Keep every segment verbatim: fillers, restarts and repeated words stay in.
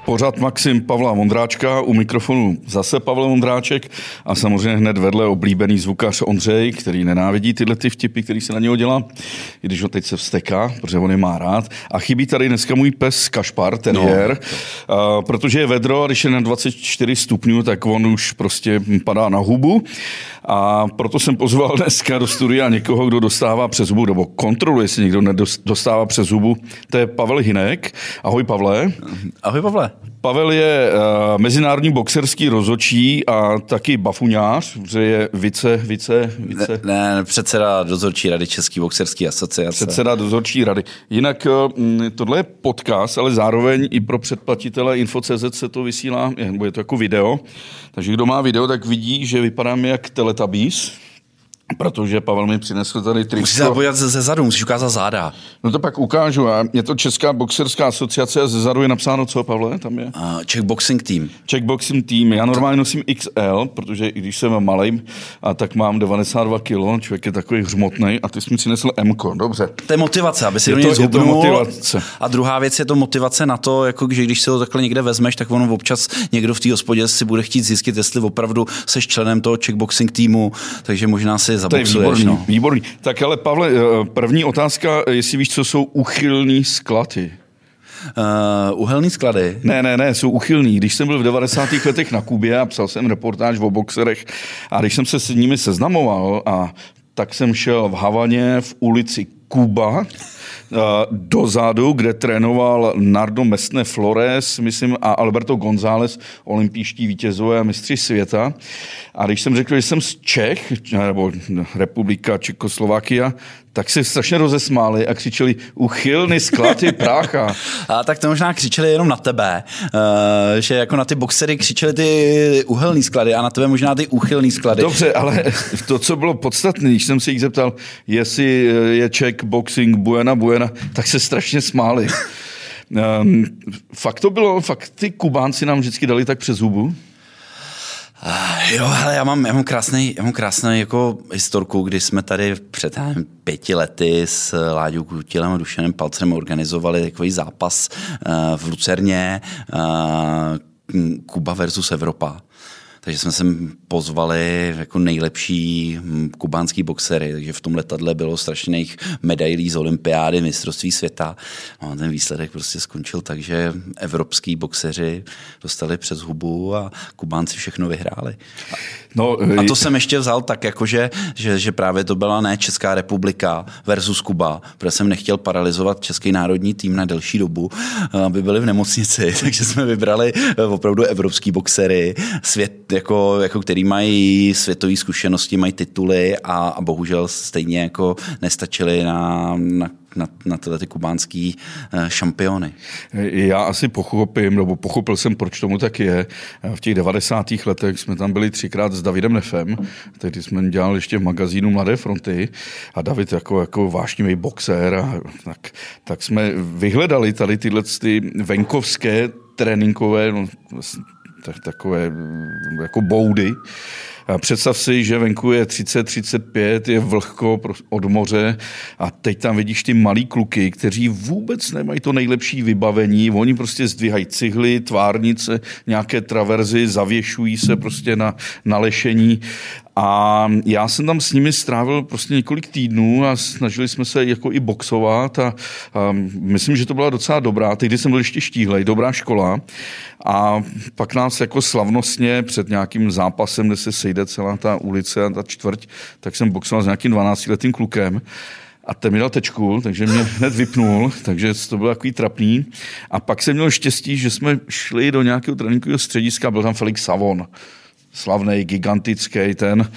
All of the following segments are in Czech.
Pořad Maxim Pavla Vondráčka, u mikrofonu zase Pavel Vondráček a samozřejmě hned vedle oblíbený zvukař Ondřej, který nenávidí tyhle ty vtipy, který se na něho dělá, i když ho teď se vzteká, protože on je má rád. A chybí tady dneska můj pes Kašpar, teriér, no. Protože je vedro a když je na dvacet čtyři stupňů, tak on už prostě padá na hubu. A proto jsem pozval dneska do studia někoho, kdo dostává přes hubu, nebo kontroluje, jestli někdo nedostává přes hubu. To je Pavel Hynek. Ahoj, Pavle. Ahoj, Pavle. Pavel je uh, mezinárodní boxerský rozhodčí a taky bafuňář, že je vice, vice, vice... Ne, ne, předseda dozorčí rady České boxerské asociace. Předseda dozorčí rady. Jinak uh, tohle je podcast, ale zároveň i pro předplatitele Info tečka cé zet se to vysílá, nebo je to jako video. Takže kdo má video, tak vidí, že vypadám jak Teletubbies. Protože Pavel mi přinesl tady tričko. Musíš se podívat ze zadu, musíš ukázat záda. No to pak ukážu. Je to Česká boxerská asociace a ze zadu je napsáno co, Pavle? Tam je? Uh, Czech Boxing Team. Czech Boxing Team. Já normálně nosím X L, protože i když jsem malej, a tak mám devadesát dva kilo, člověk je takový hřmotnej a ty jsi mi přinesl M-ko. Dobře. To je motivace, aby si je do něj zhubnul. motivace. A druhá věc je to motivace na to, jako že když si ho takhle někde vezmeš, tak ono občas někdo v té hospodě si bude chtít zjistit, jestli opravdu seš členem toho Czech Boxing Teamu, takže možná si zaboxuješ. To je výborný, no. výborný. Tak ale Pavle, první otázka, jestli víš, co jsou uchylný sklady. Uh, uhelný sklady? Ne, ne, ne, jsou uchylný. Když jsem byl v devadesátých letech na Kubě a psal jsem reportáž o boxerech a když jsem se s nimi seznamoval, a tak jsem šel v Havaně v ulici Kuba dozadu, kde trénoval Nardo Mestne Flores, myslím, a Alberto González, olympijští vítězové a mistři světa. A když jsem řekl, že jsem z Čech, nebo republika Čekoslovakia, tak se strašně rozesmáli a křičeli uchylný sklad je prácha. A tak to možná křičeli jenom na tebe, uh, že jako na ty boxery křičeli ty uhelný sklady a na tebe možná ty uchylný sklady. Dobře, ale to, co bylo podstatné, když jsem se jich zeptal, jestli je Czech Boxing buena buena, tak se strašně smáli. Um, fakt to bylo, fakt ty Kubánci nám vždycky dali tak přes hubu. Uh, jo, ale já mám, já mám krásný, já mám krásný jako historku, kdy jsme tady před nevím, pěti lety s Láďou Kutilem a Dušanem Palcem organizovali takový zápas uh, v Lucerně, uh, Kuba versus Evropa. Takže jsme sem pozvali jako nejlepší kubánský boxery, takže v tom letadle bylo strašných medailí z olympiády, mistrovství světa. No a ten výsledek prostě skončil tak, že evropský boxeři dostali přes hubu a Kubánci všechno vyhráli. No, a to jsem ještě vzal tak, jakože, že, že právě to byla ne Česká republika versus Kuba, protože jsem nechtěl paralyzovat český národní tým na delší dobu, aby byli v nemocnici, takže jsme vybrali opravdu evropský boxery, svět, jako, jako který mají světové zkušenosti, mají tituly a, a bohužel stejně jako nestačili na, na na, na tyhle ty kubánský šampiony. Já asi pochopím, nebo pochopil jsem, proč tomu tak je. V těch devadesátých letech jsme tam byli třikrát s Davidem Nefem, tehdy jsme dělali ještě v magazínu Mladé fronty a David jako, jako vášnivý boxer a tak, tak jsme vyhledali tady tyhle ty venkovské tréninkové, no, tak, takové jako boudy. Představ si, že venku je třicet třicet pět, je vlhko od moře a teď tam vidíš ty malý kluky, kteří vůbec nemají to nejlepší vybavení. Oni prostě zdvihají cihly, tvárnice, nějaké traverzy, zavěšují se prostě na, na lešení. A já jsem tam s nimi strávil prostě několik týdnů a snažili jsme se jako i boxovat a, a myslím, že to byla docela dobrá. Tehdy jsem byl ještě štíhlej, dobrá škola a pak nás jako slavnostně před nějakým zápasem, kde se sejde celá ta ulice a ta čtvrť, tak jsem boxoval s nějakým dvanáctiletým klukem. A ten mi dal tečku, takže mě hned vypnul, takže to bylo takový trapný. A pak jsem měl štěstí, že jsme šli do nějakého tréninkového střediska, byl tam Felix Savon, slavnej, gigantický ten.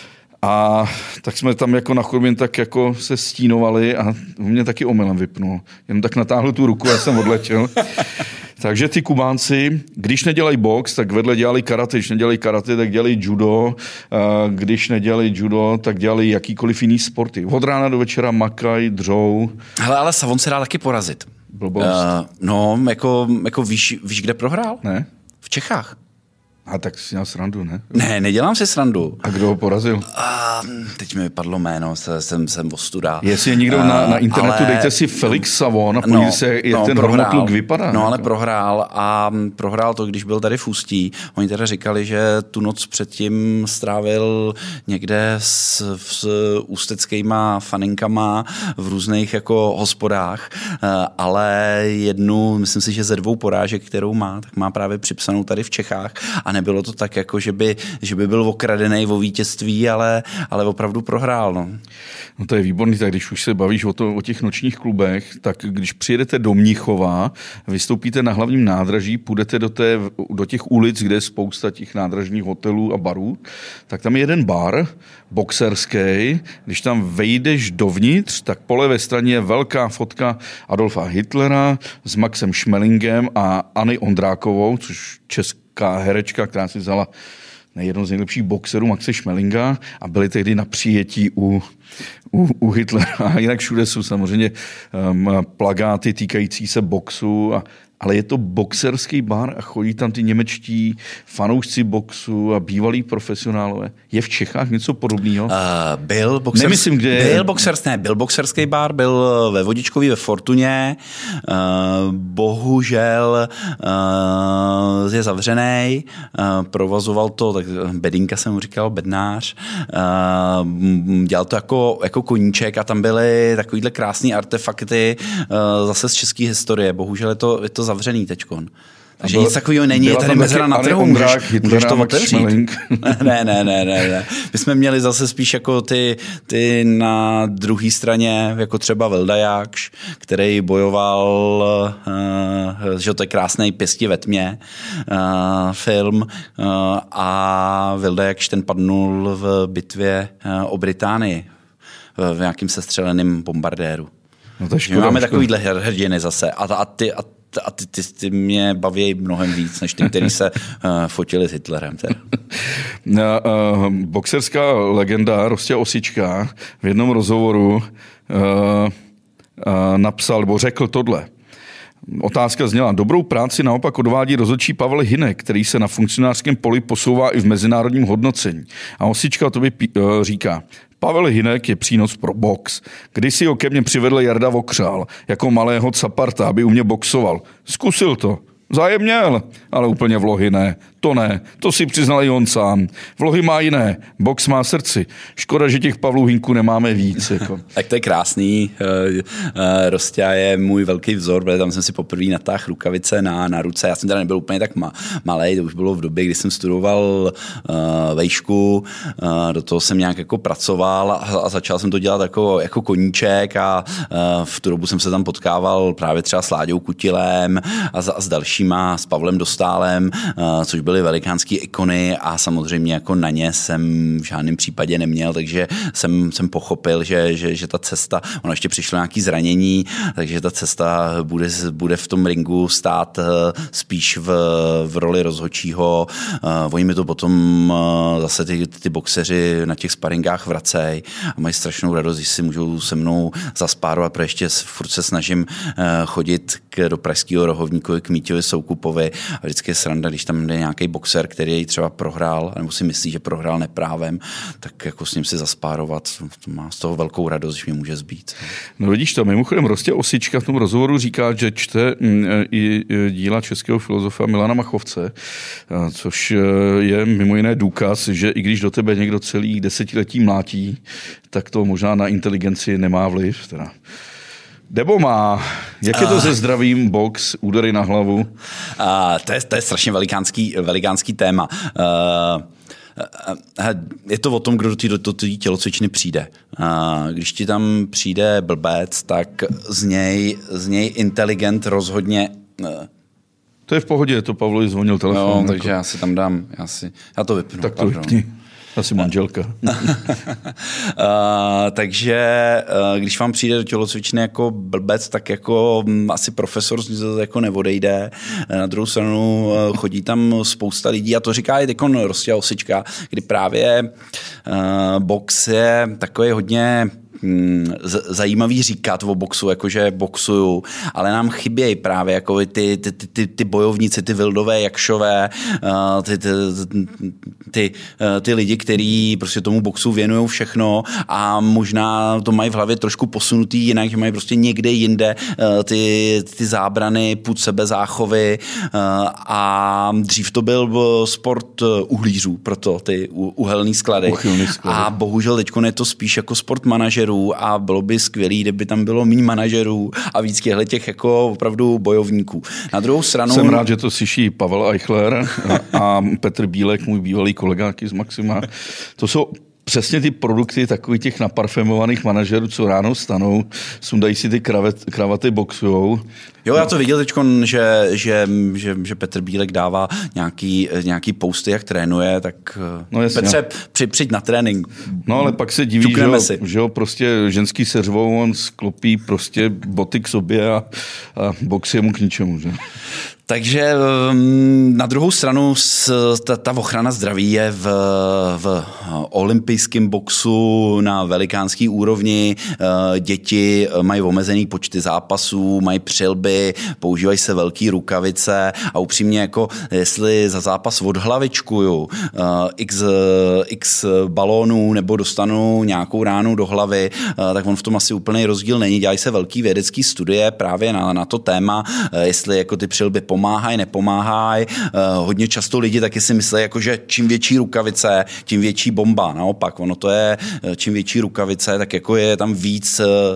A tak jsme tam jako na chodbě tak jako se stínovali a mě taky omylem vypnul. Jenom tak natáhl tu ruku a jsem odletěl. Takže ty Kubánci, když nedělají box, tak vedle dělali karate. Když nedělají karate, tak dělají judo. Když nedělají judo, tak dělají jakýkoliv jiný sporty. Od rána do večera makaj, dřou. Hele, ale Savon se dá taky porazit. Blbost. Uh, no, jako, jako víš, víš, kde prohrál? Ne. V Čechách. A tak si měl srandu, ne? Ne, nedělám si srandu. A kdo ho porazil? A teď mi vypadlo jméno, jsem, jsem ostuda. Jestli je někdo uh, na, na internetu, ale, dejte si Felix Savon a podívejte no, se, jak no, ten rovnotluk vypadá. No ale prohrál a prohrál to, když byl tady v Ústí. Oni teda říkali, že tu noc předtím strávil někde s, s ústeckýma faninkama v různých jako hospodách, ale jednu, myslím si, že ze dvou porážek, kterou má, tak má právě připsanou tady v Čechách a nebylo to tak, jako že by, že by byl okradený o vítězství, ale, ale opravdu prohrál. No. No to je výborný, tak když už se bavíš o, to, o těch nočních klubech, tak když přijedete do Mnichova, vystoupíte na hlavním nádraží, půjdete do, té, do těch ulic, kde je spousta těch nádražních hotelů a barů, tak tam je jeden bar, boxerský. Když tam vejdeš dovnitř, tak po levé straně je velká fotka Adolfa Hitlera s Maxem Schmelingem a Anny Ondrákovou, což česká herečka, která si vzala jedno z nejlepších boxerů Maxe Schmelinga a byli tehdy na přijetí u, u, u Hitlera. A jinak všude jsou samozřejmě um, plakáty týkající se boxu, a, ale je to boxerský bar a chodí tam ty němečtí fanoušci boxu a bývalí profesionálové. Je v Čechách něco podobného? Uh, byl boxers, Nemyslím, kde je... Byl boxers, ne, byl boxerský bar, byl ve Vodičkově ve Fortuně. Uh, bohužel uh, je zavřený. Uh, provozoval to, tak Bedinka jsem mu říkal, bednář. Uh, dělal to jako, jako koníček a tam byly takovýhle krásné artefakty uh, zase z české historie. Bohužel je to, je to zavřený teďkon. Takže byl, nic takového není, je tady mezera na trhu, můžeš, můžeš to otevřít. ne, ne, ne, ne, ne. My jsme měli zase spíš jako ty, ty na druhé straně, jako třeba Veldajákš, který bojoval, uh, že to je krásný Pěsti ve tmě uh, film uh, a Veldajákš ten padnul v bitvě uh, o Británii v, v nějakým sestřeleným bombardéru. No to škoda, máme takovýhle hrdiny zase a, a ty a A ty, ty, ty mě baví mnohem víc, než ty, kteří se uh, fotili s Hitlerem. No, uh, boxerská legenda Rostě Osička v jednom rozhovoru uh, uh, napsal, nebo řekl tohle. Otázka zněla, dobrou práci naopak odvádí rozhodčí Pavel Hynek, který se na funkcionářském poli posouvá i v mezinárodním hodnocení. A Osička to by uh, říká, Pavel Hynek je přínos pro box. Kdysi ho ke mně přivedl Jarda Vokřál jako malého caparta, aby u mě boxoval. Zkusil to. Zájem měl, ale úplně vlohy ne. To ne, to si přiznal i on sám. Vlohy má jiné, box má srdci. Škoda, že těch Pavlů Hynků nemáme víc. Jako. Tak to je krásný. Rostia je můj velký vzor, protože tam jsem si poprvé natáhl rukavice na, na ruce. Já jsem teda nebyl úplně tak ma, malej, to už bylo v době, kdy jsem studoval uh, vejšku, uh, do toho jsem nějak jako pracoval a, a začal jsem to dělat jako, jako koníček a uh, v tu dobu jsem se tam potkával právě třeba s Láďou Kutilem a, a s dalšíma, s Pavlem Dostálem, uh, což byly velikánský ikony a samozřejmě jako na ně jsem v žádném případě neměl, takže jsem, jsem pochopil, že, že, že ta cesta, ono ještě přišlo nějaké zranění, takže ta cesta bude, bude v tom ringu stát spíš v, v roli rozhodčího. Uh, oni mi to potom uh, zase ty, ty boxeři na těch sparingách vracej a mají strašnou radost, když si můžou se mnou zaspárovat, protože ještě furt se snažím uh, chodit k, do pražského Rohovníkovi, k Míťovi Soukupovi a vždycky je sranda, když tam jde nějaký boxer, který třeba prohrál, nebo si myslí, že prohrál neprávem, tak jako s ním si zaspárovat, to má z toho velkou radost, že mě může zbít. No vidíš to, mimochodem Rostě Osička v tom rozhovoru říká, že čte i díla českého filozofa Milana Machovce, což je mimo jiné důkaz, že i když do tebe někdo celý desetiletí mlátí, tak to možná na inteligenci nemá vliv. Teda. Debo má, jak je to se zdravím, box, údery na hlavu? Uh, to, je, to je strašně velikánský, velikánský téma. Uh, je to o tom, kdo do té do, do tělocvičny přijde. Uh, když ti tam přijde blbec, tak z něj, z něj inteligent rozhodně... Uh, to je v pohodě, to Pavlovi zvonil telefon. No, jako. takže já si tam dám, já, si, já to vypnu. Tak to vypni. Asi manželka. uh, takže uh, když vám přijde do tělocvičny jako blbec, tak jako um, asi profesor z to jako neodejde. Na druhou stranu uh, chodí tam spousta lidí a to říká i teď Rostě Osička, kdy právě uh, box je takový hodně zajímavý říkat o boxu, jakože boxuju, ale nám chybějí právě jako ty, ty, ty, ty bojovníci, ty Vildové, Jakšové, ty, ty, ty, ty lidi, kteří prostě tomu boxu věnují všechno a možná to mají v hlavě trošku posunutý jinak, že mají prostě někde jinde ty, ty zábrany, půd sebezáchovy a dřív to byl sport uhlířů, proto ty uhelný sklady. A bohužel teď je to spíš jako sport manažerů a bylo by skvělý, kdyby tam bylo méně manažerů a víc těchto těch jako opravdu bojovníků. Na druhou stranu... Jsem rád, že to slyší Pavel Eichler a, a Petr Bílek, můj bývalý kolega z Maxima. To jsou přesně ty produkty takových těch naparfémovaných manažerů, co ráno stanou, sundají si ty kravet, kravaty, boxujou. Jo, já to viděl teď, že, že, že, že Petr Bílek dává nějaký, nějaký posty, jak trénuje, tak no Petře, při, přijď na trénink. No ale pak se diví, že ho, že ho prostě ženský seřvou, on sklopí prostě boty k sobě a, a box je mu k ničemu. Že? Takže na druhou stranu ta, ta ochrana zdraví je v, v olympijském boxu na velikánský úrovni. Děti mají omezený počty zápasů, mají přilby, používají se velký rukavice a upřímně jako jestli za zápas odhlavičkuju x, x balónů nebo dostanu nějakou ránu do hlavy, tak on v tom asi úplný rozdíl není. Dělají se velký vědecký studie právě na, na to téma, jestli jako ty přilby pomáhají, nepomáhají. Hodně často lidi taky si myslí, jako, že čím větší rukavice, tím větší bomba. Naopak, ono to je, čím větší rukavice, tak jako je tam víc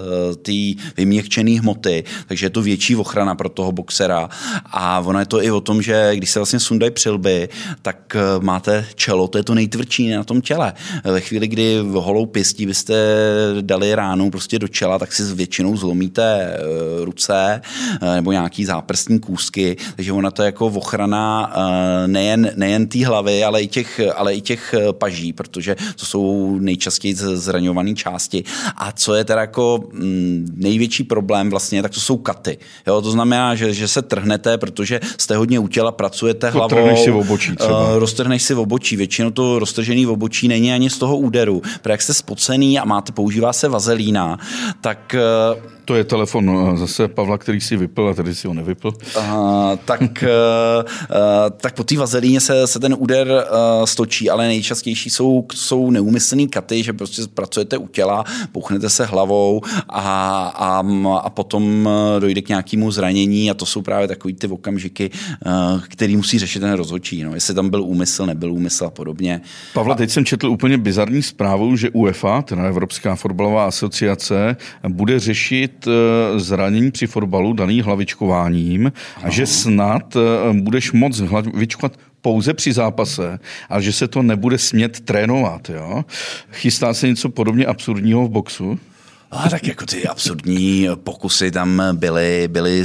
té vyměkčené hmoty, takže je to větší ochrana pro toho boxera. A ono je to i o tom, že když se vlastně sundají přilby, tak máte čelo, to je to nejtvrdší na tom těle. Ve chvíli, kdy holou pěstí byste dali ránu prostě do čela, tak si většinou zlomíte ruce nebo nějaký záprstní kůzky, takže ona to je jako ochrana nejen, nejen té hlavy, ale i těch, ale i těch paží, protože to jsou nejčastěji zraňované části. A co je teda jako největší problém vlastně, tak to jsou katy. Jo, to znamená, že, že se trhnete, protože jste hodně u těla, pracujete hlavou. Roztrhneš si v obočí třeba. Roztrhneš si v obočí. Většinou to roztržený v obočí není ani z toho úderu. Protože jak jste spocený a máte, používá se vazelína, tak... To je telefon zase Pavla, který si vypil a tady si ho nevypil. Uh, tak, uh, uh, tak po té vazelíně se, se ten úder uh, stočí, ale nejčastější jsou, jsou neúmyslný katy, že prostě pracujete u těla, bouchnete se hlavou a, a, a potom dojde k nějakému zranění a to jsou právě takový ty okamžiky, uh, který musí řešit ten rozhodčí. No. Jestli tam byl úmysl, nebyl úmysl a podobně. Pavle, teď jsem četl úplně bizarní zprávu, že UEFA, teda Evropská fotbalová asociace, bude řešit zranění při fotbalu daný hlavičkováním a že snad budeš moc hlavičkovat pouze při zápase, ale že se to nebude smět trénovat. Jo? Chystá se něco podobně absurdního v boxu? A tak jako ty absurdní pokusy tam byly, byly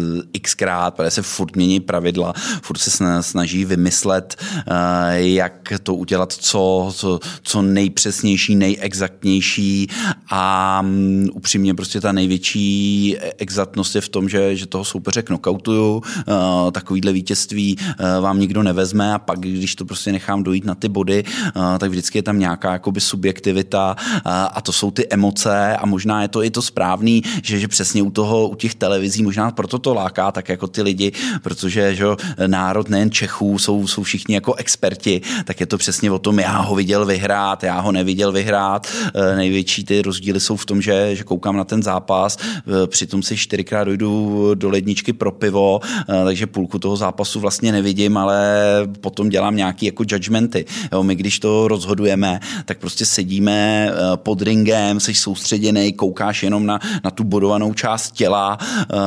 xkrát, protože se furt mění pravidla, furt se snaží vymyslet, jak to udělat co, co, co nejpřesnější, nejexaktnější a upřímně prostě ta největší exaktnost je v tom, že, že toho soupeře knockoutuju, takovýhle vítězství vám nikdo nevezme a pak, když to prostě nechám dojít na ty body, tak vždycky je tam nějaká jakoby subjektivita a to jsou ty emoce a možná je to i to správný, že, že přesně u toho, u těch televizí možná proto to láká tak jako ty lidi, protože že národ nejen Čechů jsou, jsou všichni jako experti, tak je to přesně o tom, já ho viděl vyhrát, já ho neviděl vyhrát. Největší ty rozdíly jsou v tom, že, že koukám na ten zápas, přitom si čtyřikrát dojdu do ledničky pro pivo, takže půlku toho zápasu vlastně nevidím, ale potom dělám nějaký jako judgmenty. Jo, my když to rozhodujeme, tak prostě sedíme pod ringem, jsi soustředěný, koukáš jenom na, na tu bodovanou část těla,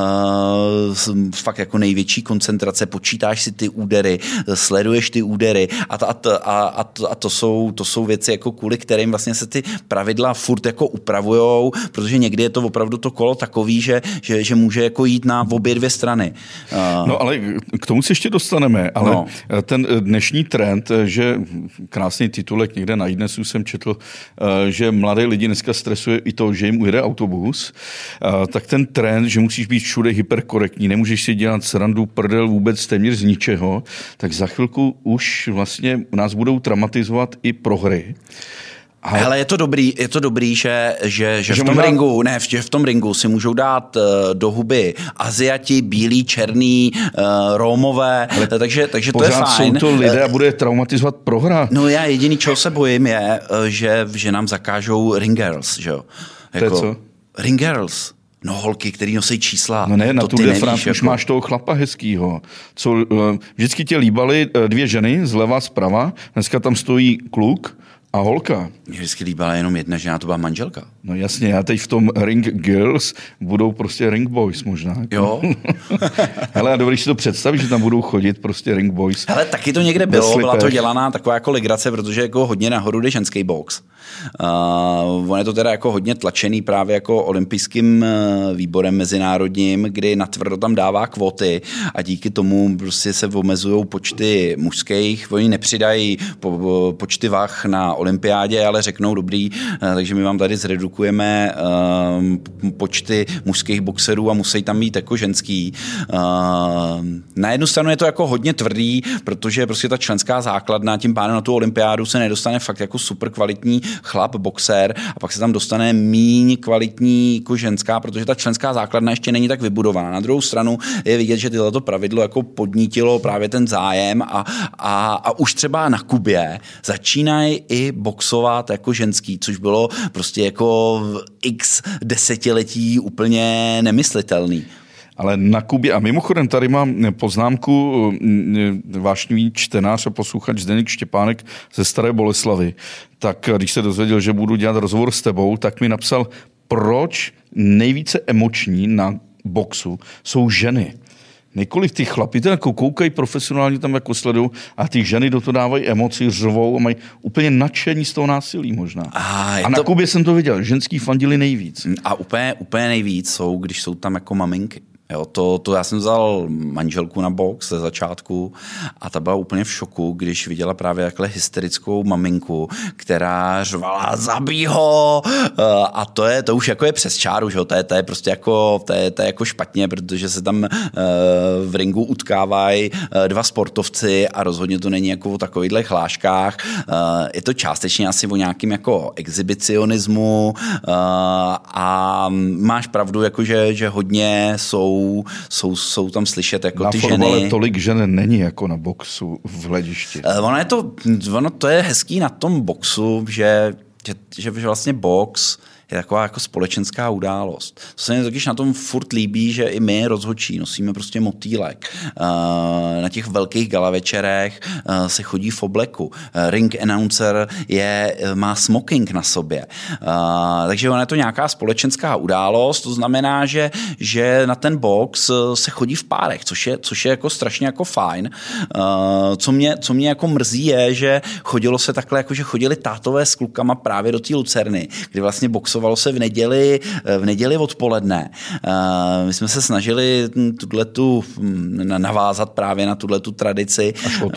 uh, fakt jako největší koncentrace, počítáš si ty údery, sleduješ ty údery a, a, a, a, a to, jsou, to jsou věci, jako kvůli kterým vlastně se ty pravidla furt jako upravujou, protože někdy je to opravdu to kolo takový, že, že, že může jako jít na obě dvě strany. Uh, no ale k tomu se ještě dostaneme, ale no. Ten dnešní trend, že krásný titulek někde na iDnesu jsem četl, že mladé lidi dneska stresuje i to, že jim ujede autobus, tak ten trend, že musíš být všude hyperkorektní, nemůžeš si dělat srandu, prdel vůbec téměř z ničeho, tak za chvilku už vlastně nás budou traumatizovat i prohry. Ale, ale je to dobrý, je to dobrý, že, že, že, že v tom možná... ringu, ne, že v tom ringu si můžou dát uh, do huby Aziati, bílí, černý, uh, Rómové, ale takže, takže to je fajn. Jsou to lidé a bude traumatizovat prohra. No já jediný, čeho se bojím, je, že, že nám zakážou ring girls, že jo. Jako, to je co? Ring girls. No holky, který nosí čísla. No ne, na to Tour de France už jako... máš toho chlapa hezkýho. Co, vždycky tě líbaly dvě ženy, zleva, zprava, dneska tam stojí kluk a holka. Mě vždycky líbala jenom jedna žena, to byla manželka. No jasně, já teď v tom Ring Girls budou prostě Ring Boys možná. Jo. Hele, a dobrý si to představit, že tam budou chodit prostě Ring Boys. Hele, taky to někde bylo, byla to dělaná taková jako legrace, protože jako hodně nahoru jde ženský box. Uh, on je to teda jako hodně tlačený právě jako olympijským uh, výborem mezinárodním, kdy natvrdo tam dává kvóty a díky tomu prostě se omezují počty mužských, oni nepřidají po, po, počty vah na olympiádě, ale řeknou dobrý, uh, takže my vám tady zredukujeme uh, počty mužských boxerů a musí tam být jako ženský. Uh, na jednu stranu je to jako hodně tvrdý, protože prostě ta členská základna tím pádem na tu olympiádu se nedostane fakt jako super kvalitní chlap, boxer a pak se tam dostane míň kvalitní jako ženská, protože ta členská základna ještě není tak vybudovaná. Na druhou stranu je vidět, že tohleto pravidlo jako podnítilo právě ten zájem a, a, a už třeba na Kubě začínají i boxovat jako ženský, což bylo prostě jako v x desetiletí úplně nemyslitelný. Ale na Kubě, a mimochodem tady mám poznámku, vášnivý čtenář a posluchač Zdeněk Štěpánek ze Staré Boleslavy, tak když se dozvěděl, že budu dělat rozhovor s tebou, tak mi napsal, proč nejvíce emoční na boxu jsou ženy. Nikoliv ty chlapi, ty jako koukají profesionálně tam jako sledují a ty ženy do toho dávají emoci, řvou a mají úplně nadšení z toho násilí možná. A, a na to... Kubě jsem to viděl, ženský fandili nejvíc. A úplně, úplně nejvíc jsou, když jsou tam jako maminky. Jo, to, to já jsem vzal manželku na box ze začátku a ta byla úplně v šoku, když viděla právě takhle hysterickou maminku, která řvala zabij ho a to je to už jako je přes čáru, že jo? To je, to je prostě jako, to je, to je jako špatně, protože se tam v ringu utkávají dva sportovci a rozhodně to není jako o takovýchhle hláškách. Je to částečně asi o nějakým jako exhibicionismu a máš pravdu, jako že, že hodně jsou Jsou, jsou tam slyšet jako na ty ženy. Na fotbale tolik žen není jako na boxu v hledišti. Ono je to, ono to je hezký na tom boxu, že, že, že vlastně box je taková jako společenská událost. To se mi totiž na tom furt líbí, že i my rozhodčí nosíme prostě motýlek. Na těch velkých gala večerech se chodí v obleku. Ring announcer je, má smoking na sobě. Takže ona je to nějaká společenská událost, to znamená, že, že na ten box se chodí v párech, což je, což je jako strašně jako fajn. Co mě, co mě jako mrzí je, že chodilo se takhle, jako že chodili tátové s klukama právě do té Lucerny, kdy vlastně boxovali se v neděli, v neděli odpoledne. My jsme se snažili tuto navázat právě na tuto tradici.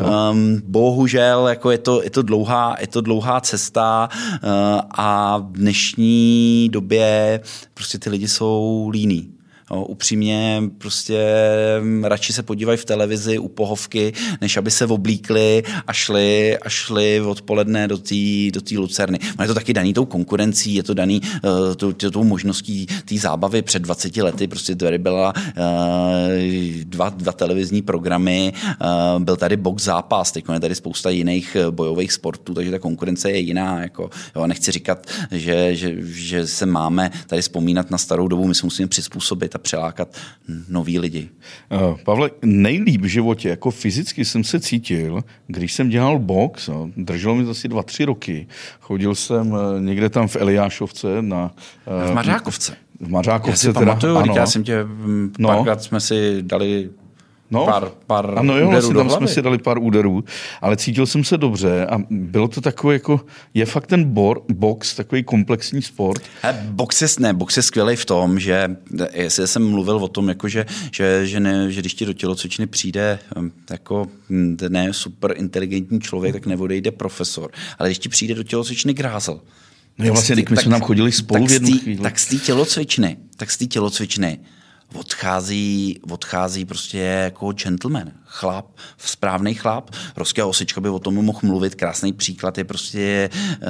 Bohužel jako je, to, je, to dlouhá, je to dlouhá cesta a v dnešní době prostě ty lidi jsou líní. No, upřímně prostě radši se podívají v televizi u pohovky, než aby se oblíkli a šli, a šli odpoledne do té do té Lucerny. Je to taky daný tou konkurencí, je to daný uh, tou, tou možností té zábavy před dvaceti lety. Prostě tady byla uh, dva, dva televizní programy, uh, byl tady box zápas, teď je tady spousta jiných bojových sportů, takže ta konkurence je jiná. Jako, jo, nechci říkat, že, že, že se máme tady vzpomínat na starou dobu, my se musíme přizpůsobit a přelákat nový lidi. Uh, Pavle, nejlíp v životě, jako fyzicky jsem se cítil, když jsem dělal box, no, drželo mi asi dva, tři roky. Chodil jsem uh, někde tam v Eliášovce. Na, uh, v Mařákovce. V Mařákovce já si teda, pamatuju, ano. Já jsem tě párkrát no. jsme si dali No, pár, pár ano, jo, úderů tam jsme si dali pár úderů, ale cítil jsem se dobře a bylo to takové jako, je fakt ten bor, box takový komplexní sport? He, box je, ne, box je skvělý v tom, že jestli jsem mluvil o tom, jako že, že, že, ne, že když ti do tělocvičny přijde jako ne super inteligentní člověk, tak neodejde profesor, ale když ti přijde do tělocvičny grázl. No jo, vlastně, když my jsme tam chodili spolu v jednu chvíli. Tak z té tělocvičny, tak z té tělocvičny odchází, odchází prostě jako gentleman, chlap, správný chlap. Rostia Osička by o tom mohl mluvit, krásný příklad je prostě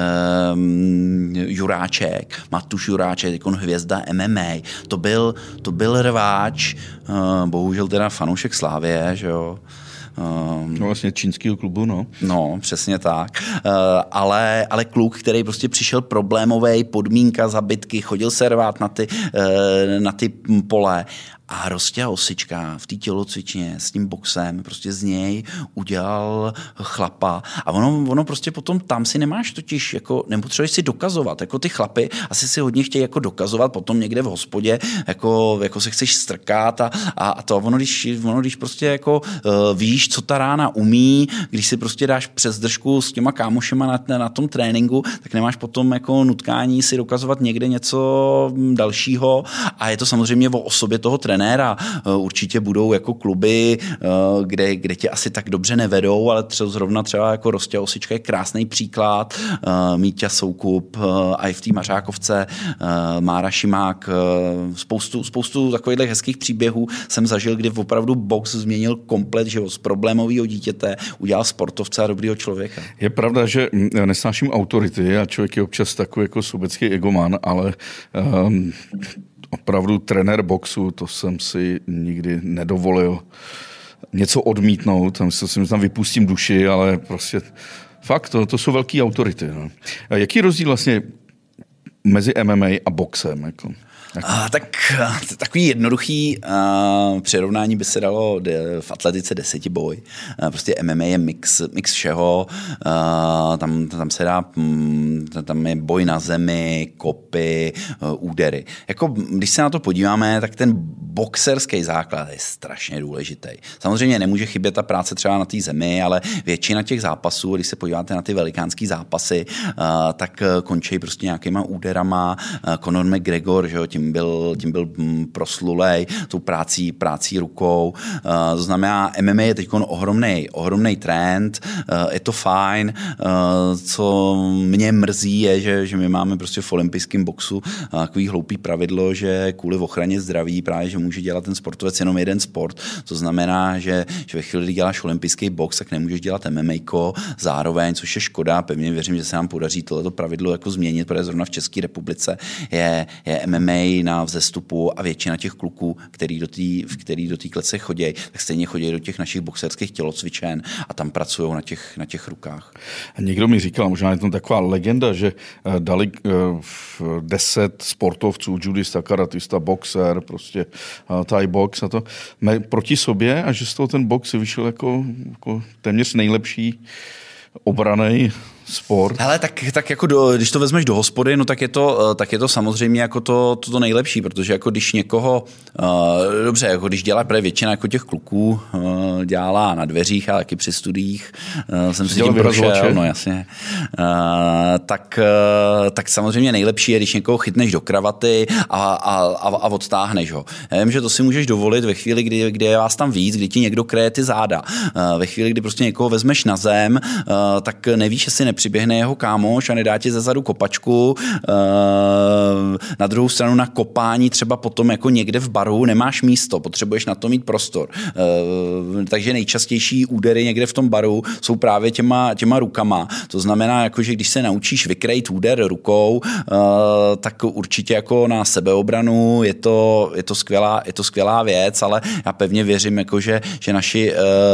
um, Juráček, Matuš Juráček, jako hvězda M M A. To byl, to byl rváč, uh, bohužel teda fanoušek Slávie, že jo. Um, no vlastně čínského klubu, no. No, přesně tak. Uh, ale, ale kluk, který prostě přišel problémovej, podmínka, zabitky, chodil se rvát na ty, uh, na ty pole. A Rostia Osička v té tělocvičně s tím boxem prostě z něj udělal chlapa. A ono, ono prostě potom tam si nemáš totiž, jako nepotřebuješ si dokazovat. Jako ty chlapy asi si hodně chtějí jako dokazovat potom někde v hospodě, jako, jako se chceš strkat a, a, a to ono když, ono, když prostě jako uh, víš, co ta rána umí, když si prostě dáš přes držku s těma kámošema na, na tom tréninku, tak nemáš potom jako nutkání si dokazovat někde něco dalšího a je to samozřejmě o osobě toho tréninku. Trenéra. Určitě budou jako kluby, kde, kde tě asi tak dobře nevedou, ale třeba zrovna třeba jako Rostia Osička je krásný příklad. Míťa Soukup a i v té Mařákovce, Mára Šimák. Spoustu, spoustu takových hezkých příběhů jsem zažil, kdy opravdu box změnil komplet život z problémového dítěte, udělal sportovce a dobrýho člověka. Je pravda, že nesnáším autority a člověk je občas takový jako sobecký egoman, ale um... opravdu trenér boxu, to jsem si nikdy nedovolil něco odmítnout, tam si tam vypustím duši, ale prostě fakt, to, to jsou velký autority. No. A jaký je rozdíl vlastně mezi M M A a boxem? Jako? A, tak takový jednoduchý a, přirovnání by se dalo de, v atletice desetiboj. A, prostě M M A je mix, mix všeho. A, tam, tam se dá, tam je boj na zemi, kopy, údery. Jako, když se na to podíváme, tak ten boxerský základ je strašně důležitý. Samozřejmě nemůže chybět ta práce třeba na té zemi, ale většina těch zápasů, když se podíváte na ty velikánský zápasy, a, tak končí prostě nějakýma úderama. A Conor McGregor, že jo, tím byl, tím byl proslulej, tou prácí, prácí rukou. Uh, to znamená, M M A je teď ohromnej, ohromnej trend, uh, je to fajn. Uh, co mě mrzí je, že, že my máme prostě v olympijském boxu uh, takový hloupý pravidlo, že kvůli ochraně zdraví právě, že může dělat ten sportovec jenom jeden sport. To znamená, že, že ve chvíli, kdy děláš olympijský box, tak nemůžeš dělat M M A ko zároveň, což je škoda. Pevně věřím, že se nám podaří tohleto pravidlo jako změnit, protože zrovna v České republice je, je M M A na vzestupu a většina těch kluků, který do té který do té klece chodí, tak stejně chodí do těch našich boxerských tělocvičen a tam pracují na těch, na těch rukách. A někdo mi říkal, možná je to taková legenda, že dali deset sportovců, judista, karatista, boxer, prostě thai box a to proti sobě a že z toho ten box vyšel jako, jako téměř nejlepší obranej sport. Hele, tak, tak jako do, když to vezmeš do hospody, no tak je to, tak je to samozřejmě jako to, to, to nejlepší, protože jako když někoho, uh, dobře, jako když dělá právě většina jako těch kluků, uh, dělá na dveřích a taky při studiích, uh, jsem si tím prošel, no jasně, uh, tak, uh, tak samozřejmě nejlepší je, když někoho chytneš do kravaty a, a, a, a odtáhneš ho. Já vím, že to si můžeš dovolit ve chvíli, kdy, kdy je vás tam víc, kdy ti někdo kryje ty záda. Uh, ve chvíli, kdy prostě někoho vezmeš na zem, uh, tak nevíš, jestli přiběhne jeho kámoš a nedá ti zezadu kopačku. Na druhou stranu na kopání třeba potom jako někde v baru nemáš místo, potřebuješ na to mít prostor. Takže nejčastější údery někde v tom baru jsou právě těma, těma rukama. To znamená, jako, že když se naučíš vykrejt úder rukou, tak určitě jako na sebeobranu je to, je to, skvělá, je to skvělá věc, ale já pevně věřím, jako, že, že naši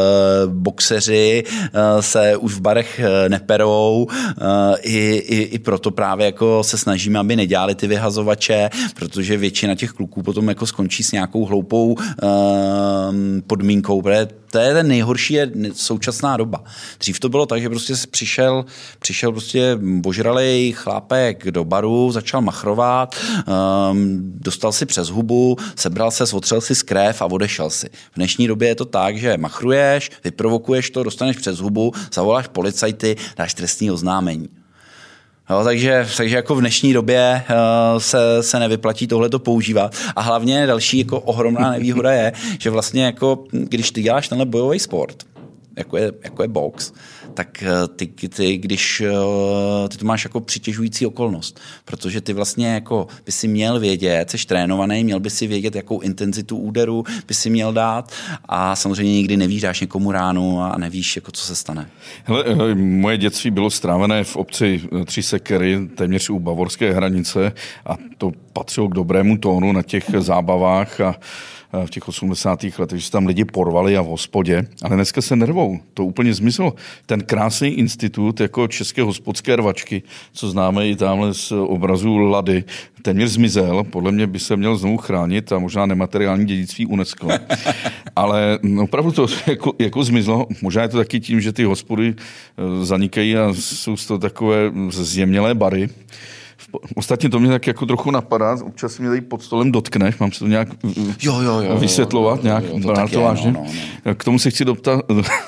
boxeři se už v barech neperou. I, i, i proto právě jako se snažíme, aby nedělali ty vyhazovače, protože většina těch kluků potom jako skončí s nějakou hloupou um, podmínkou, protože to je ten nejhorší je současná doba. Dřív to bylo tak, že prostě přišel, přišel prostě božralej chlápek do baru, začal machrovat, um, dostal si přes hubu, sebral se, otřel si z krev a odešel si. V dnešní době je to tak, že machruješ, vyprovokuješ to, dostaneš přes hubu, zavoláš policajty, dáš trestní oznámení. Jo, takže, takže jako v dnešní době uh, se, se nevyplatí tohleto používat. A hlavně další jako ohromná nevýhoda je, že vlastně jako, když ty děláš tenhle bojový sport, jako je, jako je box, tak ty, ty, když ty to máš jako přitěžující okolnost, protože ty vlastně jako by si měl vědět, jsi trénovaný, měl by si vědět, jakou intenzitu úderu by si měl dát a samozřejmě nikdy nevíš, dáš někomu ránu a nevíš, jako co se stane. Hele, moje dětství bylo strávené v obci Tři Sekery, téměř u bavorské hranice a to patřilo k dobrému tónu na těch zábavách a v těch osmdesátých letech, že se tam lidi porvali a v hospodě, ale dneska se nervou. To úplně zmizelo. Ten krásný institut jako české hospodské rvačky, co známe i tamhle z obrazu Lady, téměř zmizel. Podle mě by se měl znovu chránit a možná nemateriální dědictví UNESCO. Ale opravdu to jako, jako zmizlo. Možná je to taky tím, že ty hospody zanikají a jsou to takové zjemnělé bary. Ostatně to mě tak jako trochu napadá, občas mě tady pod stolem dotkneš, mám se to nějak jo, jo, jo, vysvětlovat, jo, jo, nějak jo, to brát to vážně. No, no, no. K tomu se chci doptat,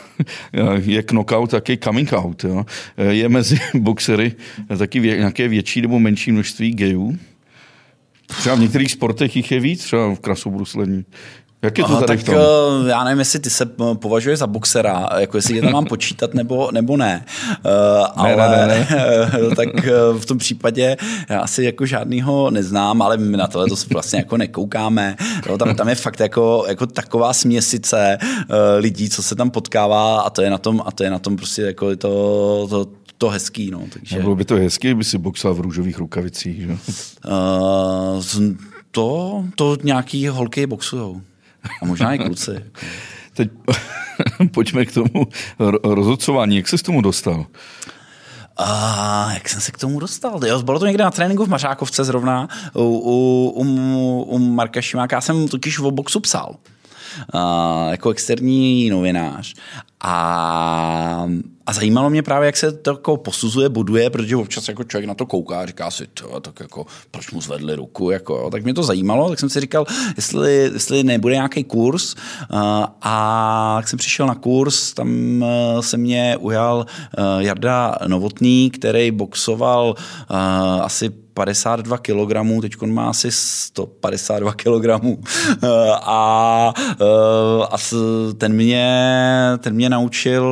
je knockout, taky coming out. Jo? Je mezi boxery taky vě, nějaké větší nebo menší množství gayů? Třeba v některých sportech jich je víc, třeba v krasobruslení. Jak je to tady tak v tom? Já nevím, jestli ty se považuješ za boxera, jako jestli je tam mám počítat nebo, nebo ne. Ale ne, ne, ne, ne. tak v tom případě já asi jako žádnýho neznám, ale my na tohle to vlastně jako nekoukáme. Jo, tam, tam je fakt jako, jako taková směsice lidí, co se tam potkává a to je na tom, a to je na tom prostě jako to, to to hezký, no. Takže... Bylo by to hezký, kdyby si boxoval v růžových rukavicích, že? Uh, to, to nějaký holky boxujou. A možná i kluci. Teď pojďme k tomu rozhodcování. Jak jsi k tomu dostal? A jak jsem se k tomu dostal? Jo, bylo to někde na tréninku v Mařákovce zrovna u, u, u, u Marka Šimáka. Já jsem totiž o boxu psal. Uh, jako externí novinář. A, a zajímalo mě právě, jak se to jako posuzuje, buduje, protože občas jako člověk na to kouká a říká si, to, tak jako, proč mu zvedli ruku, jako, jo. Tak mě to zajímalo, tak jsem si říkal, jestli, jestli nebude nějaký kurz uh, a jak jsem přišel na kurz, tam uh, se mě ujal uh, Jarda Novotný, který boxoval uh, asi padesát dva kilogramů, teď má asi sto padesát dva kilogramů a, a ten, mě, ten mě naučil,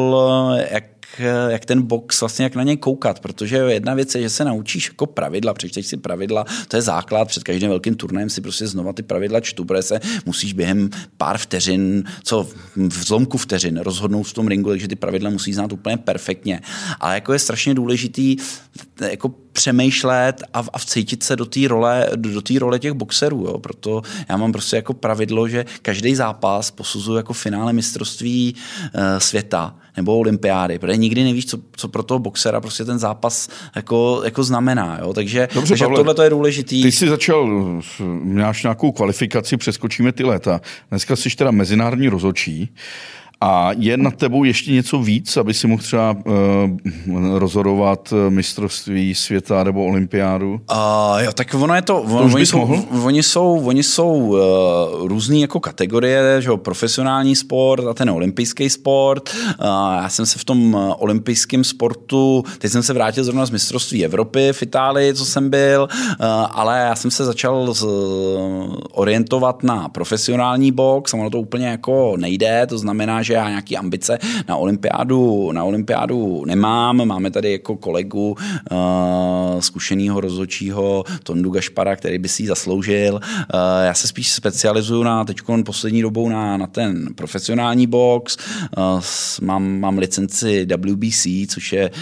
jak jak ten box, vlastně jak na něj koukat, protože jedna věc je, že se naučíš jako pravidla, přečteš si pravidla, to je základ, před každým velkým turnajem si prostě znova ty pravidla čtu, protože se musíš během pár vteřin, co v zlomku vteřin rozhodnout v tom ringu, takže ty pravidla musí znát úplně perfektně. Ale jako je strašně důležitý jako přemýšlet a, a vcítit se do té role, do té role těch boxerů, jo. Proto já mám prostě jako pravidlo, že každý zápas posuzuju jako finále mistrovství e, světa nebo olympiády, protože nikdy nevíš, co, co pro toho boxera prostě ten zápas jako, jako znamená, jo. Takže, Dobře, takže Pavle, tohle to je důležitý. Ty jsi začal, máš nějakou kvalifikaci, přeskočíme ty léta. Dneska jsi teda mezinárodní rozhodčí. A je nad tebou ještě něco víc, aby si mohl třeba uh, rozhodovat mistrovství světa nebo olympiádu? Uh, jo, tak ono je to... to on, oni, jsou, oni jsou, oni jsou uh, různý jako kategorie, že jo, profesionální sport a ten olympijský sport. Uh, já jsem se v tom uh, olympijském sportu, teď jsem se vrátil zrovna z mistrovství Evropy v Itálii, co jsem byl, uh, ale já jsem se začal z, uh, orientovat na profesionální box a ono to úplně jako nejde, to znamená, že já nějaký ambice na olympiádu, na olympiádu nemám. Máme tady jako kolegu uh, zkušenýho rozhodčího Tondu Gašpara, který by si ji zasloužil. Uh, já se spíš specializuju na teďkon poslední dobou na, na ten profesionální box. Uh, mám, mám licenci W B C, což je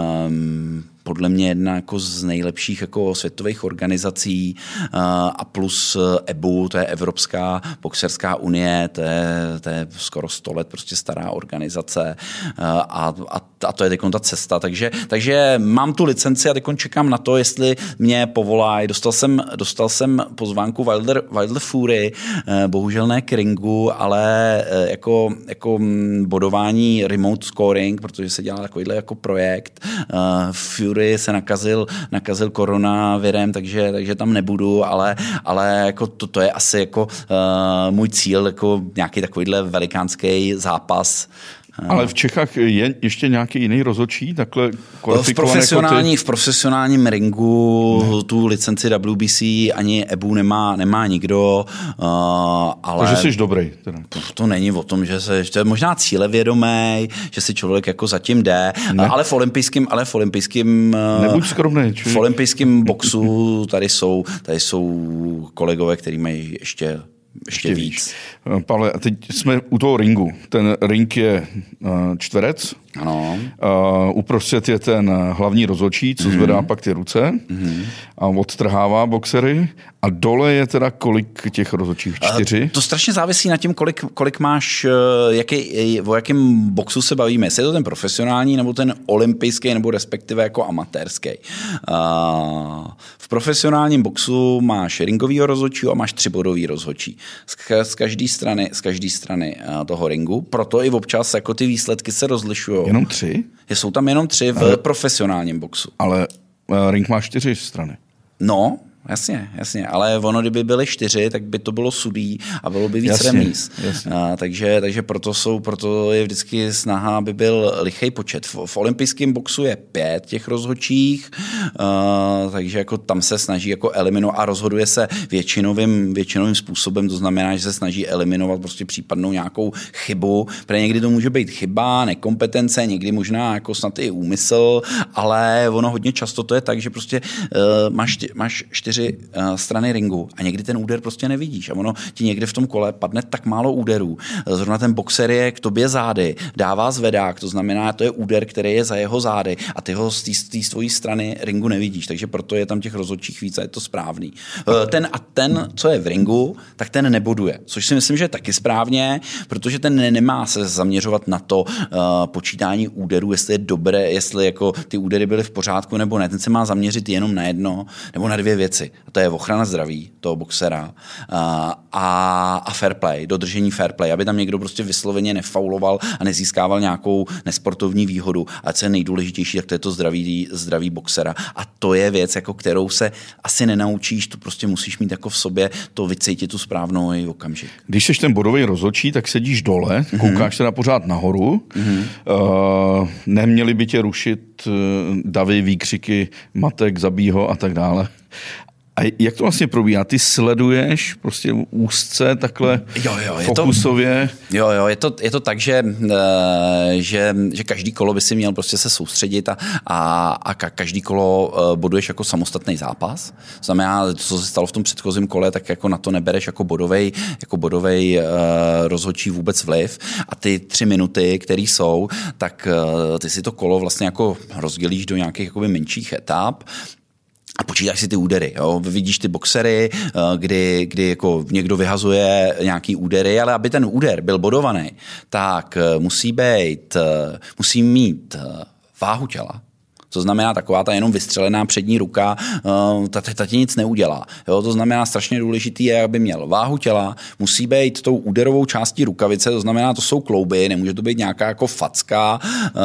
um, podle mě jedna jako z nejlepších jako světových organizací a plus E B U, to je Evropská boxerská unie, to je, to je skoro sto let prostě stará organizace a, a, a to je teď ta cesta. Takže, takže mám tu licenci a teď čekám na to, jestli mě povolají. Dostal jsem, dostal jsem pozvánku Wilder, Wilder Fury, bohužel ne k ringu, ale jako, jako bodování remote scoring, protože se dělá takovýhle jako projekt. Fury se nakazil, nakazil koronavirem, takže, takže tam nebudu, ale, ale jako to, to je asi jako uh, můj cíl, jako nějaký takovýhle velikánský zápas. Ale v Čechách je ještě nějaký jiný rozhodčí, takhle kvalifikovaný? V, profesionální, v profesionálním ringu ne. tu licenci W B C ani E B U nemá, nemá nikdo. Uh, ale Takže jsi dobrý. Teda. To není o tom, že se, to je možná cílevědomý, že si člověk jako zatím jde, ne. ale v olympijském, ale v olympijském Nebuď skromný, v olympijském boxu tady jsou, tady jsou kolegové, kteří mají ještě Ještě, ještě víc. Pavle, a teď jsme u toho ringu. Ten ring je uh, čtverec. Ano. Uh, uprostřed je ten hlavní rozhodčí, co mm-hmm. zvedá pak ty ruce mm-hmm. a odtrhává boxery. A dole je teda kolik těch rozhodčích? Čtyři? Uh, to strašně závisí na tím, kolik, kolik máš, jaký, o jakém boxu se bavíme. Jestli je to ten profesionální, nebo ten olympijský, nebo respektive jako amatérský. Uh, v profesionálním boxu máš ringovýho rozhodčího a máš třibodový rozhodčí. Z, z každé strany, z každé strany uh, toho ringu. Proto i občas jako ty výsledky se rozlišují. Jenom tři? Jsou tam jenom tři v ale, profesionálním boxu. Ale uh, ring má čtyři strany. No, jasně, jasně, ale ono, kdyby byly čtyři, tak by to bylo sudý a bylo by víc jasně, remíz. Jasně. A, takže, takže proto, jsou, proto je vždycky snaha, aby byl lichý počet. V, v olympijském boxu je pět těch rozhodčích, a, takže jako tam se snaží jako eliminovat a rozhoduje se většinovým, většinovým způsobem, to znamená, že se snaží eliminovat prostě případnou nějakou chybu, protože někdy to může být chyba, nekompetence, někdy možná jako snad i úmysl, ale ono hodně často to je tak, že prostě uh, máš, máš čtyři strany ringu a někdy ten úder prostě nevidíš a ono ti někde v tom kole padne tak málo úderů. Zrovna ten boxer je k tobě zády, dává zvedák, to znamená, to je úder, který je za jeho zády a ty ho z té svojí strany ringu nevidíš, takže proto je tam těch rozhodčích víc a je to správný. Ten a ten, co je v ringu, tak ten neboduje, což si myslím, že je taky správně, protože ten nemá se zaměřovat na to uh, počítání úderů, jestli je dobré, jestli jako ty údery byly v pořádku nebo ne, ten se má zaměřit jenom na jedno nebo na dvě věci. A to je ochrana zdraví toho boxera a, a, a fair play, dodržení fair play, aby tam někdo prostě vysloveně nefauloval a nezískával nějakou nesportovní výhodu. A co je nejdůležitější, tak to je to zdraví, zdraví boxera. A to je věc, jako kterou se asi nenaučíš, to prostě musíš mít jako v sobě, to vycítit tu správnou okamžik. Když jsi ten bodový rozhodčí, tak sedíš dole, mm-hmm. koukáš se na pořád nahoru, mm-hmm. uh, neměli by tě rušit uh, davy, výkřiky, matek, zabij ho a tak dále. A jak to vlastně probíhá? Ty sleduješ prostě úzce, takhle jo, jo, fokusově? Je to, jo, jo, je to, je to tak, že, že, že každý kolo by si měl prostě se soustředit a, a, a každý kolo boduješ jako samostatný zápas. To znamená, co se stalo v tom předchozím kole, tak jako na to nebereš jako bodovej, jako bodovej uh, rozhodčí vůbec vliv. A ty tři minuty, které jsou, tak uh, ty si to kolo vlastně jako rozdělíš do nějakých jakoby menších etap. A počítáš si ty údery. Jo? Vidíš ty boxery, kdy, kdy jako někdo vyhazuje nějaký údery, ale aby ten úder byl bodovaný, tak musí být, musí mít váhu těla. To znamená, taková ta jenom vystřelená přední ruka, ta, ta ti nic neudělá. Jo? To znamená, strašně důležitý je, aby měl váhu těla, musí být tou úderovou částí rukavice, to znamená, to jsou klouby, nemůže to být nějaká jako facka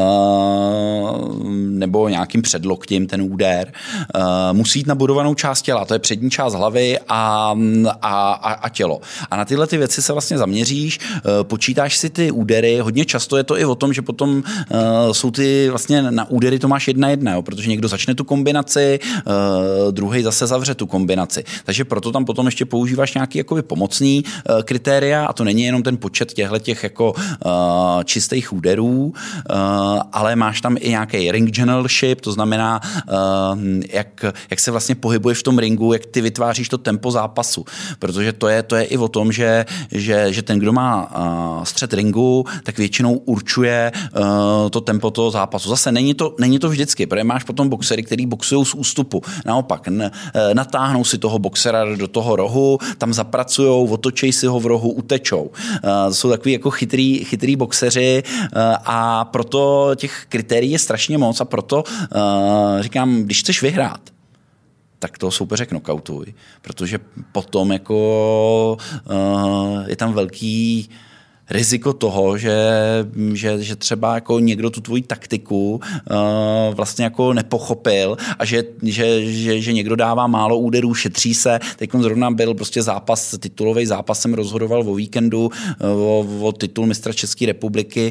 nebo nějakým předloktím ten úder. Musí jít na bodovanou část těla, to je přední část hlavy a, a, a, a tělo. A na tyhle ty věci se vlastně zaměříš, počítáš si ty údery, hodně často je to i o tom, že potom jsou ty vlastně na údery to máš jedna jedna, jo, protože někdo začne tu kombinaci, uh, druhý zase zavře tu kombinaci. Takže proto tam potom ještě používáš nějaký jakoby pomocný uh, kritéria a to není jenom ten počet těchto těch jako uh, čistých úderů, uh, ale máš tam i nějaký ring generalship, to znamená, uh, jak, jak se vlastně pohybuješ v tom ringu, jak ty vytváříš to tempo zápasu, protože to je, to je i o tom, že, že, že ten, kdo má uh, střed ringu, tak většinou určuje uh, to tempo toho zápasu. Zase není to, není to vždycky, protože máš potom boxery, který boxují z ústupu. Naopak, n- natáhnou si toho boxera do toho rohu, tam zapracujou, otočej si ho v rohu, utečou. Uh, to jsou takový jako chytrý, chytrý boxeři uh, a proto těch kritérií je strašně moc a proto uh, říkám, když chceš vyhrát, tak toho soupeře knockoutuj, protože potom jako uh, je tam velký riziko toho, že, že, že třeba jako někdo tu tvoji taktiku uh, vlastně jako nepochopil a že, že, že, že někdo dává málo úderů, šetří se. Teď zrovna byl prostě zápas, titulový zápas jsem rozhodoval o víkendu uh, o, o titul mistra České republiky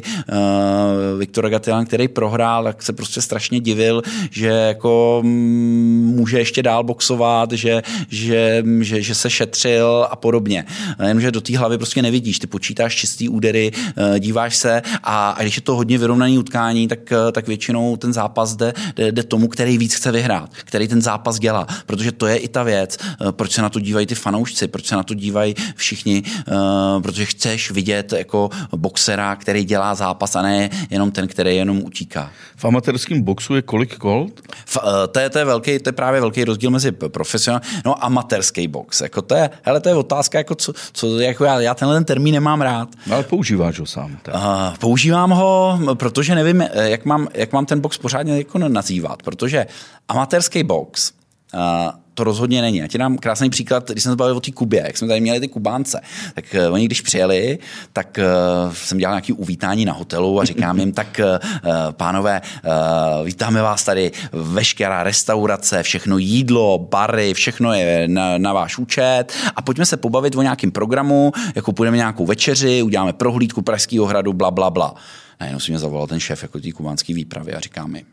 uh, Viktora Gatila, který prohrál, tak se prostě strašně divil, že jako m, může ještě dál boxovat, že, že, že, že se šetřil a podobně. Jenomže do té hlavy prostě nevidíš, ty počítáš čistý údery, díváš se a, a když je to hodně vyrovnaný utkání, tak, tak většinou ten zápas jde, jde, jde tomu, který víc chce vyhrát, který ten zápas dělá, protože to je i ta věc, proč se na to dívají ty fanoušci, proč se na to dívají všichni, protože chceš vidět jako boxera, který dělá zápas a ne jenom ten, který jenom utíká. V amatérském boxu je kolik kol? V, to, je, to, je velký, to je právě velký rozdíl mezi profesionální, no amatérský box. Jako to je, hele, to je otázka, jako co, co jako já, já tenhle ten termín nemám rád. No, ale používáš ho sám. Tak. Uh, používám ho, protože nevím, jak mám, jak mám ten box pořádně jako nazývat, protože amatérský box uh, to rozhodně není. Já ti dám krásný příklad, když jsem se bavil o té Kubě, jak jsme tady měli ty Kubánce, tak uh, oni když přijeli, tak uh, jsem dělal nějaké uvítání na hotelu a říkám jim, tak uh, pánové, uh, vítáme vás tady, veškerá restaurace, všechno jídlo, bary, všechno je na, na váš účet a pojďme se pobavit o nějakém programu, jako půjdeme nějakou večeři, uděláme prohlídku Pražského hradu, bla, bla, bla. Najednou si mě zavolal ten šéf jako té kubánské výpravy a říká mi,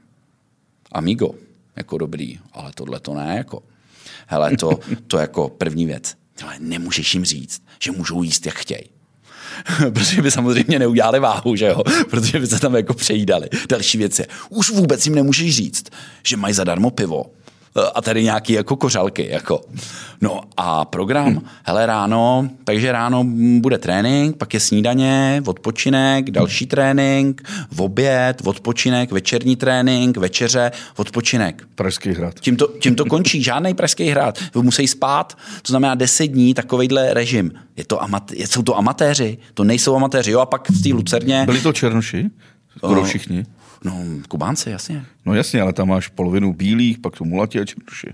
amigo, jako dobrý, ale tohle to ne, jako. Hele, to, to jako první věc. Ale nemůžeš jim říct, že můžou jíst, jak chtějí. Protože by samozřejmě neudělali váhu, že jo? Protože by se tam jako přejídali. Další věc je, už vůbec jim nemůžeš říct, že mají zadarmo pivo a tady nějaký jako kořalky. Jako. No a program, hmm. hele ráno, takže ráno bude trénink, pak je snídaně, odpočinek, další trénink, v oběd, odpočinek, večerní trénink, večeře, odpočinek. Pražský hrad. Tím to, tím to končí, žádnej Pražský hrad. Musí spát, to znamená deset dní, takovejhle režim. Je to amat, jsou to amatéři, to nejsou amatéři. Jo, a pak v té Lucerně... Byli to černoši? Skoro uh, všichni? No, Kubánci, jasně. No jasně, ale tam máš polovinu bílých, pak to mulatí a černoši.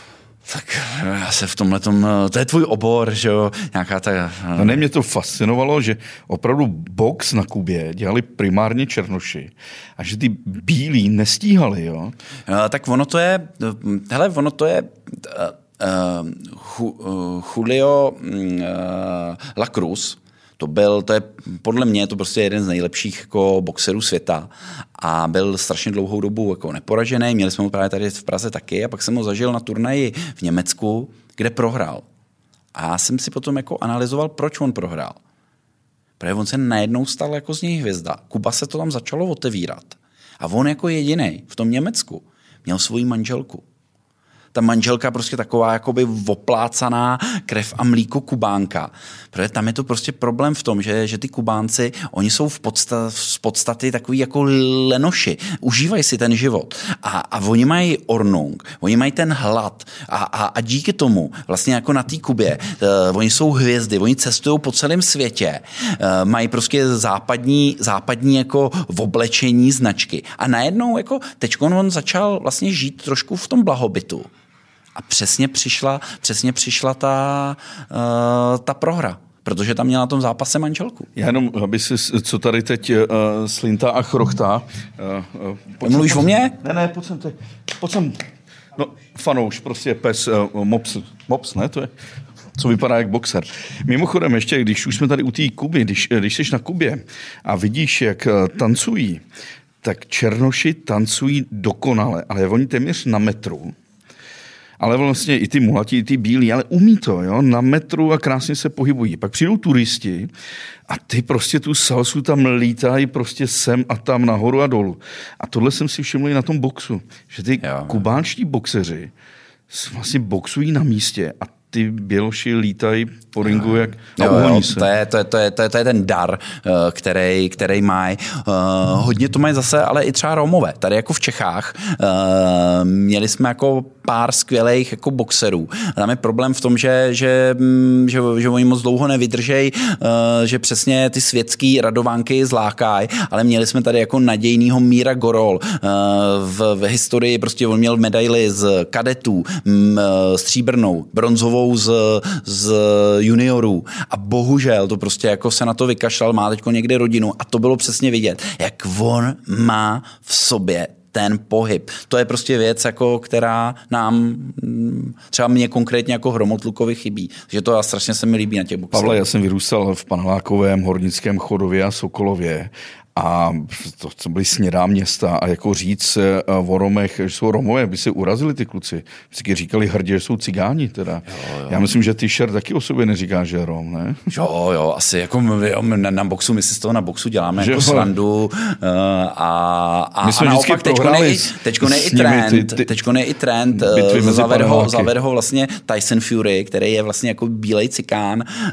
Tak já se v tomhletom, to je tvůj obor, že jo, nějaká ta... No ne, mě to fascinovalo, že opravdu box na Kubě dělali primárně černoši a že ty bílí nestíhali, jo? No, tak ono to je, hele, ono to je... Uh, uh, uh, Julio uh, La Cruz, To byl, to je podle mě to prostě jeden z nejlepších jako boxerů světa a byl strašně dlouhou dobu jako neporažený. Měli jsme ho právě tady v Praze taky a pak jsem ho zažil na turnaji v Německu, kde prohrál. A já jsem si potom jako analyzoval, proč on prohrál. Protože on se najednou stal jako z něj hvězda. Kuba se to tam začalo otevírat. A on jako jedinej v tom Německu měl svoji manželku. Ta manželka prostě taková jakoby oplácaná krev a mlíko Kubánka. Protože tam je to prostě problém v tom, že, že ty Kubánci, oni jsou v, podsta, v podstatě takový jako lenoši. Užívají si ten život. A, a oni mají ornung, oni mají ten hlad. A, a, a díky tomu vlastně jako na té Kubě, uh, oni jsou hvězdy, oni cestují po celém světě, uh, mají prostě západní, západní jako v oblečení značky. A najednou jako teďko on začal vlastně žít trošku v tom blahobytu. A přesně přišla, přesně přišla ta, uh, ta prohra, protože tam měla na tom zápase manželku. Já jenom, aby si, co tady teď uh, slintá a chrochtá. Uh, uh, Mluvíš o mě? Ne, ne, pojď sem, pojď sem. No, fanouš, prostě pes, uh, mops, mops, ne, to je, co vypadá jak boxer. Mimochodem ještě, když už jsme tady u té Kuby, když, když jsi na Kubě a vidíš, jak uh, tancují, tak černoši tancují dokonale, ale oni téměř na metru. Ale vlastně i ty mulatí, i ty bílí, ale umí to, jo, na metru a krásně se pohybují. Pak přijdou turisti a ty prostě tu salsu tam lítají prostě sem a tam nahoru a dolů. A tohle jsem si všiml i na tom boxu, že ty jo. kubánští boxeři vlastně boxují na místě a ty běloši lítají po ringu jak a uhoní se. To je, to, je, to, je, to, je, to je ten dar, který, který mají. Uh, hodně to mají zase, ale i třeba Romové. Tady jako v Čechách uh, měli jsme jako pár skvělých jako boxerů. A tam je problém v tom, že, že, že, že oni moc dlouho nevydržej, že přesně ty světský radovánky zlákají, ale měli jsme tady jako nadějnýho Míra Gorol. V, v historii prostě on měl medaili z kadetů, stříbrnou, bronzovou z, z juniorů a bohužel to prostě jako se na to vykašlal, má teďko někde rodinu a to bylo přesně vidět, jak on má v sobě ten pohyb. To je prostě věc, jako, která nám, třeba mě konkrétně jako Hromotlukovi chybí. Takže to strašně se mi líbí na těch boxech. Pavle, já jsem vyrůstal v Panelákovém, Hornickém Chodově a Sokolově. A to, co byly snědá města a jako říct o Romech, že jsou Romové, by si urazili ty kluci. Vždycky říkali hrdě, že jsou cigáni teda. Jo, jo. Já myslím, že T-shirt taky o sobě neříká, že je Rom, ne? Jo, jo, asi jako jo, na, na boxu, my si z toho na boxu děláme že jako jo. srandu uh, a, a, my jsme a naopak teďko ne, teďko ne i trend, ty, ty, teďko ne i trend, uh, zaved ho, zaved ho vlastně Tyson Fury, který je vlastně jako bílej cikán, uh,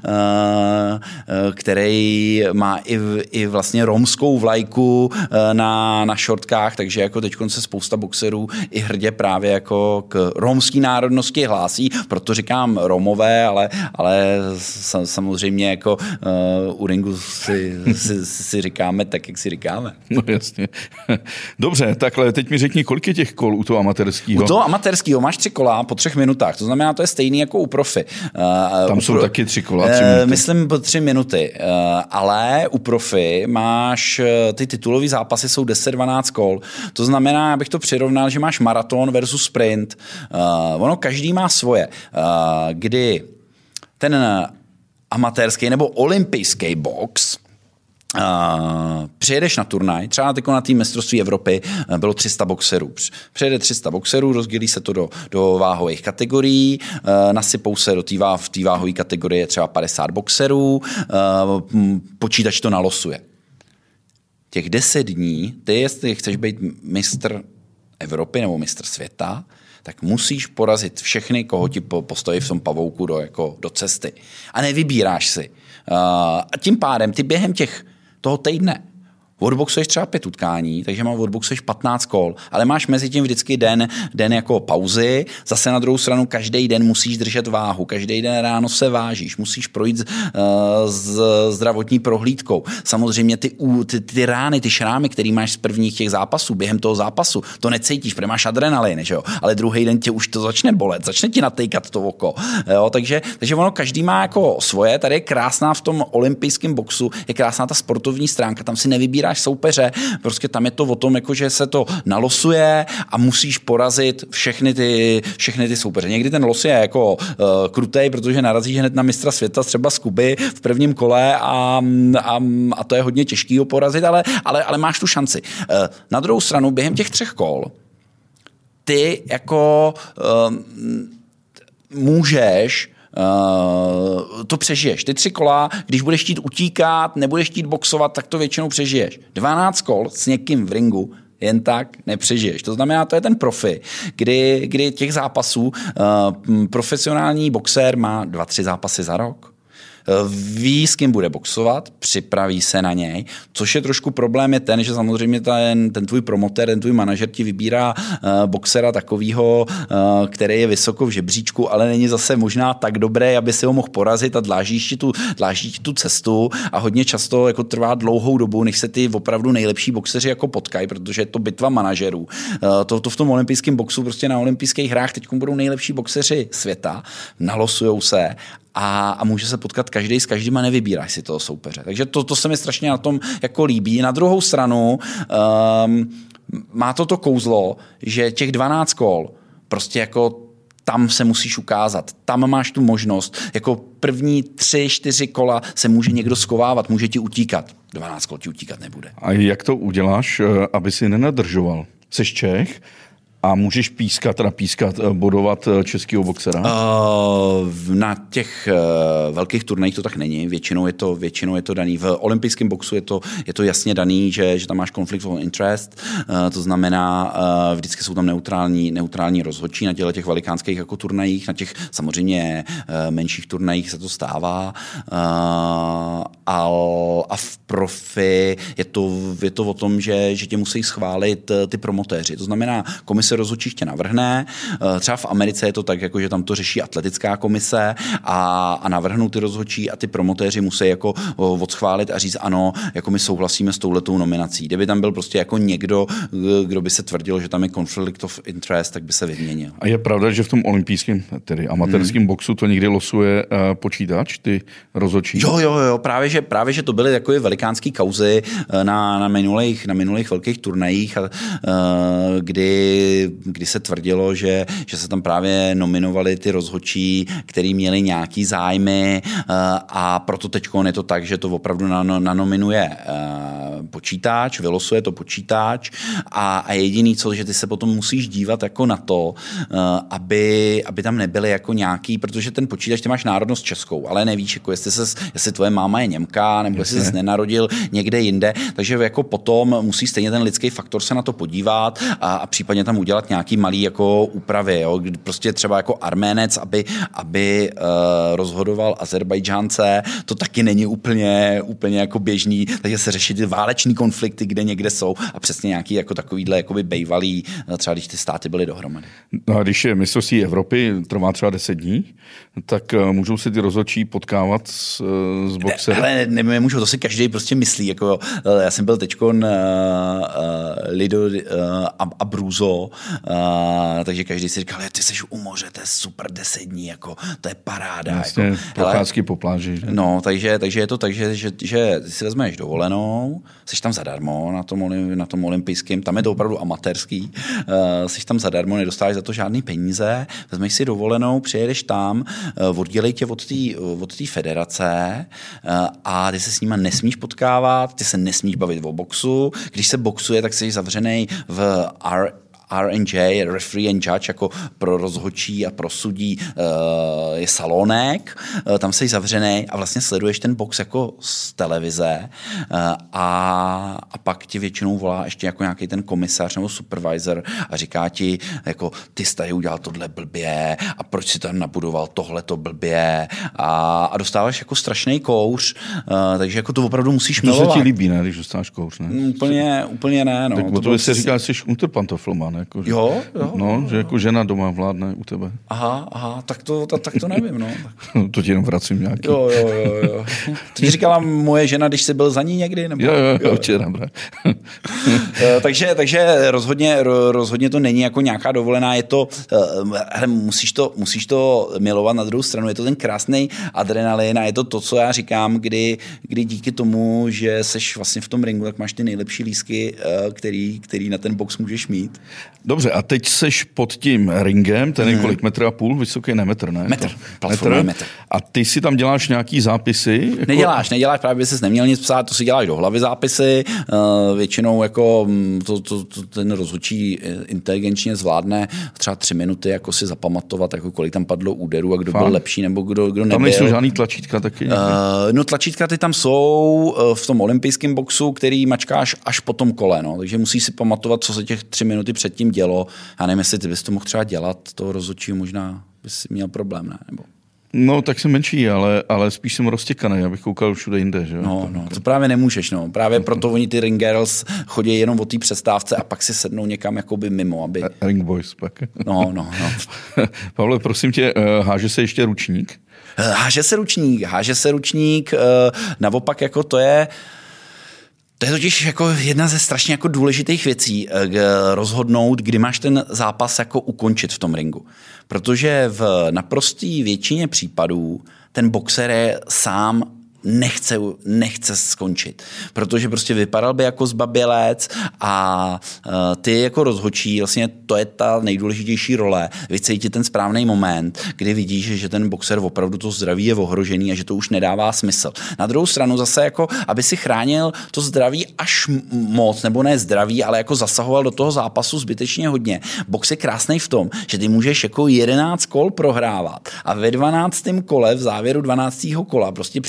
uh, který má i, i vlastně romskou vlajku na, na šortkách, takže jako teď se spousta boxerů i hrdě právě jako k romské národnosti hlásí, proto říkám Romové, ale, ale samozřejmě jako uh, u ringu si, si, si říkáme tak, jak si říkáme. No jasně. Dobře, takhle teď mi řekni, kolik je těch kol u toho amatérského? U toho amatérského máš tři kola po třech minutách, to znamená, to je stejný jako u profi. Uh, Tam jsou pro, taky tři kola, tři minuty. Uh, myslím po tři minuty, uh, ale u profi máš ty titulové zápasy jsou deset dvanáct kol. To znamená, abych to přirovnal, že máš maraton versus sprint. Uh, ono každý má svoje. Uh, kdy ten amatérský nebo olympijský box Uh, přijedeš na turnaj, třeba teď na tým mistrovství Evropy uh, bylo tři sta boxerů. Přijede tři sta boxerů, rozdělí se to do, do váhových kategorií, uh, nasypou se do té vá, váhové kategorie třeba padesát boxerů, uh, počítač to nalosuje. Těch deset dní, ty jestli chceš být mistr Evropy nebo mistr světa, tak musíš porazit všechny, koho ti postojí v tom pavouku do, jako, do cesty. A nevybíráš si. Uh, a tím pádem ty během těch toho týdne odboxuješ třeba pět utkání, takže mám odboxuješ patnáct kol, ale máš mezi tím vždycky den, den jako pauzy, zase na druhou stranu každý den musíš držet váhu, každý den ráno se vážíš, musíš projít uh, s zdravotní prohlídkou. Samozřejmě ty, ty, ty rány, ty šrámy, který máš z prvních těch zápasů, během toho zápasu, to necítíš, protože máš adrenalin, že jo? Ale druhý den tě už to začne bolet, začne ti natejkat to oko. Jo? Takže, takže ono každý má jako svoje, tady je krásná v tom olympijském boxu, je krásná ta sportovní stránka, tam si nevybíráš soupeře, prostě tam je to o tom, jako že se to nalosuje a musíš porazit všechny ty, všechny ty soupeře. Někdy ten los je jako uh, krutej, protože narazíš hned na mistra světa třeba z Kuby v prvním kole a, a, a to je hodně těžký ho porazit, ale, ale, ale máš tu šanci. Uh, na druhou stranu, během těch třech kol ty jako uh, můžeš Uh, to přežiješ. Ty tři kola, když budeš chtít utíkat, nebudeš chtít boxovat, tak to většinou přežiješ. dvanáct kol s někým v ringu jen tak nepřežiješ. To znamená, to je ten profi, kdy, kdy těch zápasů uh, profesionální boxer má dva, tři zápasy za rok. Ví, s kým bude boxovat, připraví se na něj, což je trošku problém je ten, že samozřejmě ten, ten tvůj promotér, ten tvůj manažer ti vybírá uh, boxera takovýho, uh, který je vysoko v žebříčku, ale není zase možná tak dobré, aby si ho mohl porazit a dlážíš ti tu, dláží ti tu cestu a hodně často jako trvá dlouhou dobu, než se ty opravdu nejlepší boxeři jako potkají, protože je to bitva manažerů. Uh, to, to v tom olympijském boxu, prostě na olympijských hrách teď budou nejlepší boxeři světa, nalosujou se A, a může se potkat každý s každým a nevybíráš si toho soupeře. Takže to, to se mi strašně na tom jako líbí. Na druhou stranu um, má to to kouzlo, že těch dvanáct kol prostě jako tam se musíš ukázat. Tam máš tu možnost. Jako první tři, čtyři kola se může někdo schovávat, může ti utíkat. dvanáct kol ti utíkat nebude. A jak to uděláš, aby si nenadržoval? Seš Čech? A můžeš pískat, teda pískat, bodovat českého boxera? Uh, na těch uh, velkých turnajích to tak není. Většinou je to, většinou je to daný. V olympijském boxu je to, je to jasně daný, že, že tam máš conflict of interest. Uh, to znamená, uh, vždycky jsou tam neutrální, neutrální rozhodčí na těchto těch velikánských jako turnajích. Na těch samozřejmě uh, menších turnajích se to stává. Uh, a, a v profi je to, je to o tom, že, že tě musí schválit uh, ty promotéři. To znamená, komise se rozhodčí navrhne. Třeba v Americe je to tak, jako, že tam to řeší atletická komise a, a navrhnou ty rozhodčí a ty promotéři musí jako odschválit a říct ano, jako my souhlasíme s touhletou nominací. Kdyby tam byl prostě jako někdo, kdo by se tvrdil, že tam je conflict of interest, tak by se vyměnil. A je pravda, že v tom olympijském, tedy amatérském hmm. boxu to někdy losuje uh, počítač, ty rozhodčí? Jo, jo, jo, právě že, právě, že to byly takové velikánské kauzy na, na, minulých, na minulých velkých turnajích, a, uh, kdy, kdy se tvrdilo, že, že se tam právě nominovali ty rozhodčí, který měli nějaký zájmy uh, a proto teďko je to tak, že to opravdu nanominuje uh, počítač, vylosuje to počítač a, a jediný co, že ty se potom musíš dívat jako na to, uh, aby, aby tam nebyly jako nějaký, protože ten počítač, ty máš národnost českou, ale nevíš, jako jestli, ses, jestli tvoje máma je Němka, nebo jestli ses nenarodil někde jinde, takže jako potom musí stejně ten lidský faktor se na to podívat a, a případně tam udělat nějaký malý jako úpravy, jo? Prostě třeba jako Arménec, aby, aby uh, rozhodoval Azerbajdžánce, to taky není úplně, úplně jako běžný, takže se řeší ty váleční konflikty, kde někde jsou a přesně nějaký jako takovýhle jakoby bejvalý, třeba když ty státy byly dohromady. No a když je mistrovství Evropy, trvá třeba deset dní, tak uh, můžou se ty rozhodčí potkávat s, s boxerem? Ale ne, nemůžu, to si každý prostě myslí. Jako, já jsem byl teďkon uh, uh, Lido uh, a, a Bruzo, uh, takže každý si říkal, ty jsi u moře, to je super deset dní, jako, to je paráda. Jasně, jako, procházky po pláži. Že? No, takže, takže je to tak, že, že, že si vezmeš dovolenou, jsi tam zadarmo na tom, na tom olympijském, tam je to opravdu amatérský, uh, jsi tam zadarmo, nedostáváš za to žádný peníze, vezmeš si dovolenou, přijedeš tam, uh, oddělej tě od té od té federace uh, a ty se s nima nesmíš potkávat, ty se nesmíš bavit o boxu, když se boxuje, tak jsi zavřenej v R R and J, referee and judge, jako pro rozhodčí a pro sudí uh, je salónek, uh, tam jsi zavřený a vlastně sleduješ ten box jako z televize uh, a, a pak ti většinou volá ještě jako nějaký ten komisař nebo supervisor a říká ti, jako ty jsi tady udělal tohle blbě a proč si tam nabudoval tohleto blbě a, a dostáváš jako strašný kouř, uh, takže jako to opravdu musíš milovat. To se ti líbí, ne, když dostáváš kouř, ne? Úplně, úplně ne, no. Tak to, to se říká, že jsi unterpantoflman, jako, že, jo, jo, no, jo, že jako žena doma vládne u tebe. Aha, aha, tak to, ta, tak to nevím, no. To ti jenom vracím nějaký. Jo, jo, jo, jo. To ti říkala moje žena, když jsi byl za ní někdy? Nebo? Jo, jo, jo, včera, takže, takže rozhodně, rozhodně to není jako nějaká dovolená, je to, hele, musíš to, musíš to milovat na druhou stranu, je to ten krásný adrenalin a je to to, co já říkám, kdy, kdy díky tomu, že seš vlastně v tom ringu, tak máš ty nejlepší lístky, který, který na ten box můžeš mít. Dobře, a teď seš pod tím ringem, ten je kolik, metr a půl, vysoký, ne metr, ne? Metr, platforma je metr. A ty si tam děláš nějaký zápisy? Jako... Neděláš, neděláš, právě by ses neměl nic psát, to si děláš do hlavy zápisy, uh, většinou jako to, to, to, ten rozhodčí inteligenčně zvládne třeba tři minuty, jako si zapamatovat, jako kolik tam padlo úderů a kdo Fakt? byl lepší nebo kdo, kdo nebyl. Tam nejsou žádný tlačítka taky? Uh, no tlačítka ty tam jsou v tom olympijském boxu, který mačkáš až po tom kole, no, takže musíš si pamatovat, co se těch tři minuty předtím dělo. Já nevím, jestli ty bys to mohl třeba dělat, toho rozhodčího možná bys měl problém, ne? Nebo... No, tak jsem menší, ale, ale spíš jsem roztěkaný, abych koukal všude jinde. Že? No, no, to právě nemůžeš, no. Právě no, proto oni ty ring girls chodí jenom o té přestávce a pak si sednou někam jakoby mimo, aby... Ring boys pak. No, no, no. Pavle, prosím tě, háže se ještě ručník? Háže se ručník, háže se ručník, naopak jako to je... To je totiž jako jedna ze strašně jako důležitých věcí rozhodnout, kdy máš ten zápas jako ukončit v tom ringu. Protože v naprosté většině případů ten boxer je sám nechce, nechce skončit. Protože prostě vypadal by jako zbabělec a uh, ty jako rozhodčí, vlastně to je ta nejdůležitější role, vycítit ten správný moment, kdy vidíš, že ten boxer opravdu to zdraví je ohrožený a že to už nedává smysl. Na druhou stranu zase jako, aby si chránil to zdraví až moc, nebo ne zdraví, ale jako zasahoval do toho zápasu zbytečně hodně. Box je krásný v tom, že ty můžeš jako jedenáct kol prohrávat a ve dvanáctém kole, v závěru dvanáctého kola prostě přijde ten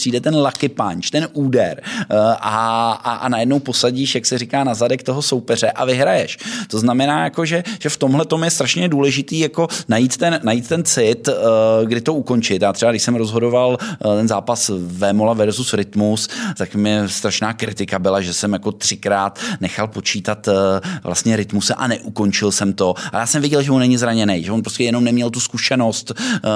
lucky punch, ten úder a, a, a najednou posadíš, jak se říká, na zadek toho soupeře a vyhraješ. To znamená, jako, že, že v tomhle tom je strašně důležitý jako najít ten, najít ten cit, kdy to ukončit. Já třeba, když jsem rozhodoval ten zápas Vémola versus Rytmus, tak mi strašná kritika byla, že jsem jako třikrát nechal počítat vlastně Rytmuse a neukončil jsem to. A já jsem viděl, že on není zraněný, že on prostě jenom neměl tu zkušenost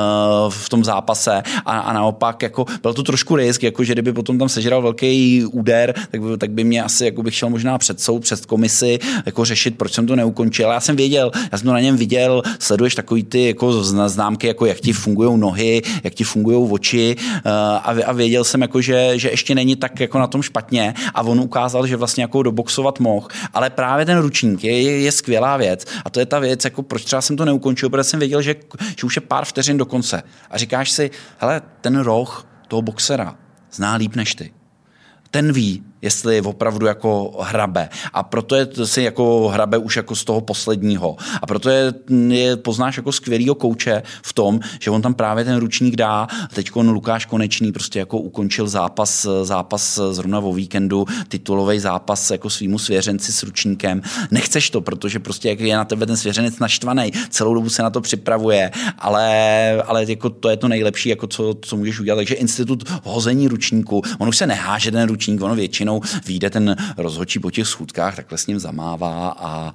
v tom zápase a, a naopak jako byl to trošku risk, jako že kdyby potom tam sežral velký úder, tak by, tak by mě asi jako bych šel možná před soud, před komisi, jako řešit, proč jsem to neukončil. Já jsem věděl, já jsem to na něm viděl, sleduješ takový ty jako známky, jako jak ti fungují nohy, jak ti fungují oči a, a věděl jsem, jako, že, že ještě není tak jako na tom špatně a on ukázal, že vlastně jako doboxovat mohl, ale právě ten ručník je, je, je skvělá věc a to je ta věc, jako proč třeba jsem to neukončil, protože jsem věděl, že, že už je pár vteřin do konce a říkáš si, hele, ten roh toho boxera zná líp než ty. Ten ví, jestli opravdu jako hrabe. A proto je si jako hrabe už jako z toho posledního. A proto je, je poznáš jako skvělýho kouče v tom, že on tam právě ten ručník dá. Teďko Lukáš Konečný prostě jako ukončil zápas, zápas zrovna o víkendu, titulový zápas jako svýmu svěřenci s ručníkem. Nechceš to, protože prostě jak je na tebe ten svěřenec naštvaný, celou dobu se na to připravuje, ale, ale jako to je to nejlepší, jako co, co můžeš udělat. Takže institut hození ručníku, on už se neháže ten ručník, ono většinou vyjde ten rozhodčí po těch schůdkách, takhle s ním zamává a,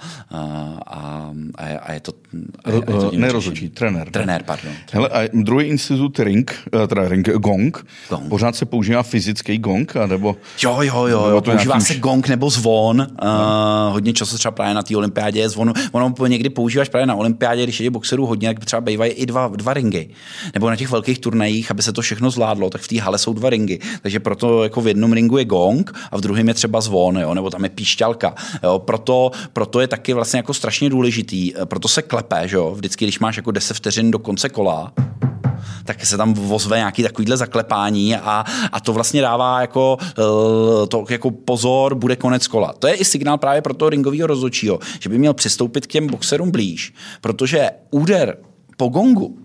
a, a, a je to... A je, a je to ne rozhodčí, trenér. Trenér, pardon. Hele, a druhý institut ring, teda ring, gong. gong. Pořád se používá fyzický gong, nebo... Jo, jo, jo, jo používá se gong nebo zvon. No. Uh, hodně času třeba právě na té olympiádě je zvon. Ono někdy používáš právě na olympiádě, když je boxerů hodně, tak třeba bývají i dva, dva ringy. Nebo na těch velkých turnajích, aby se to všechno zvládlo, tak v té hale jsou dva ringy. Takže proto jako v jednom ringu je gong a v druhém je třeba zvon, jo, nebo tam je píšťalka. Jo. Proto, proto je taky vlastně jako strašně důležitý. Proto se klepe, že jo, vždycky, když máš jako deset vteřin do konce kola, tak se tam ozve nějaký takovýhle zaklepání a, a to vlastně dává jako, to jako pozor, bude konec kola. To je i signál právě pro toho ringového rozhodčího, že by měl přistoupit k těm boxerům blíž, protože úder po gongu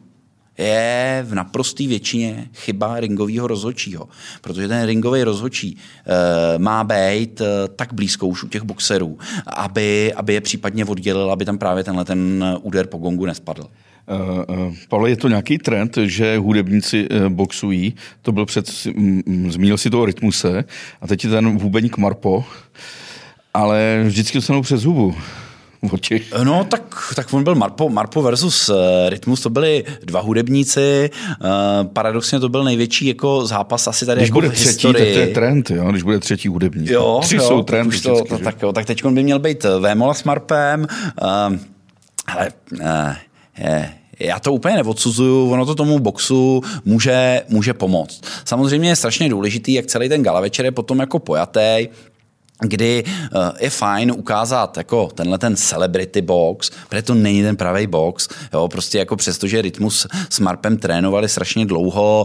je v naprosté většině chyba ringového rozhodčího, protože ten ringový rozhodčí e, má být e, tak blízko už u těch boxerů, aby, aby je případně oddělil, aby tam právě tenhle ten úder po gongu nespadl. Uh, uh, Pavle, je to nějaký trend, že hudebníci uh, boxují, to byl před, um, zmínil si toho Rytmuse a teď je ten hůbeník Marpo, ale vždycky dostanou přes hubu. No, tak, tak on byl Marpo, Marpo versus uh, Rytmus, to byli dva hudebníci, uh, paradoxně to byl největší jako zápas asi tady když jako bude v třetí, historii. Tak to je trend, jo? Když bude třetí hudebník. Jo, Tři jo, jsou trend. Tak, to, tak, jo, tak teď by měl být Vémola s Marpem, uh, ale uh, je... Já to úplně neodsuzuju, ono to tomu boxu může, může pomoct. Samozřejmě je strašně důležitý, jak celý ten gala večer je potom jako pojatý, kdy uh, je fajn ukázat jako tenhle ten celebrity box, protože to není ten pravý box, jo, prostě jako přesto, že Rytmus s Marpem trénovali strašně dlouho,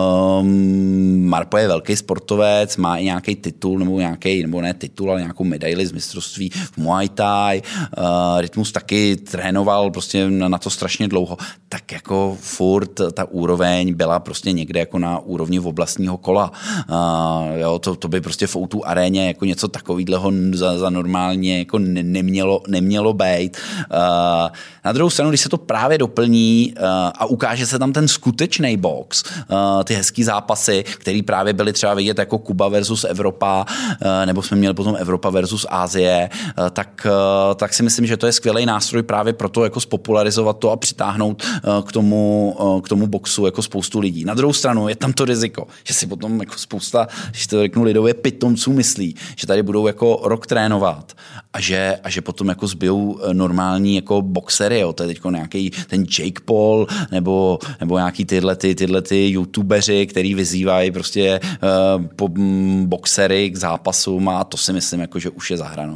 um, Marpo je velký sportovec, má i nějaký titul, nebo nějaký, nebo ne titul, ale nějakou medaili z mistrovství v Muay Thai, uh, Rytmus taky trénoval prostě na, na to strašně dlouho, tak jako furt ta úroveň byla prostě někde jako na úrovni oblastního kola, uh, jo, to, to by prostě v ó dva aréně jako něco takovýhleho za, za normálně jako ne, nemělo, nemělo být. Uh, na druhou stranu, když se to právě doplní uh, a ukáže se tam ten skutečný box, uh, ty hezký zápasy, který právě byly třeba vidět jako Kuba versus Evropa, uh, nebo jsme měli potom Evropa versus Asie, uh, tak, uh, tak si myslím, že to je skvělý nástroj právě pro to, jako spopularizovat to a přitáhnout uh, k, tomu, uh, k tomu boxu jako spoustu lidí. Na druhou stranu je tam to riziko, že si potom jako spousta, když to řeknu lidově, pitomců myslí, že tady budou jako rok trénovat a že, a že potom jako zbijou normální jako boxery, jo. To je teďko nějaký ten Jake Paul nebo, nebo nějaký tyhle, ty, tyhle ty youtubeři, který vyzývají prostě uh, po, m, boxery k zápasům a to si myslím, jako, že už je za hranou.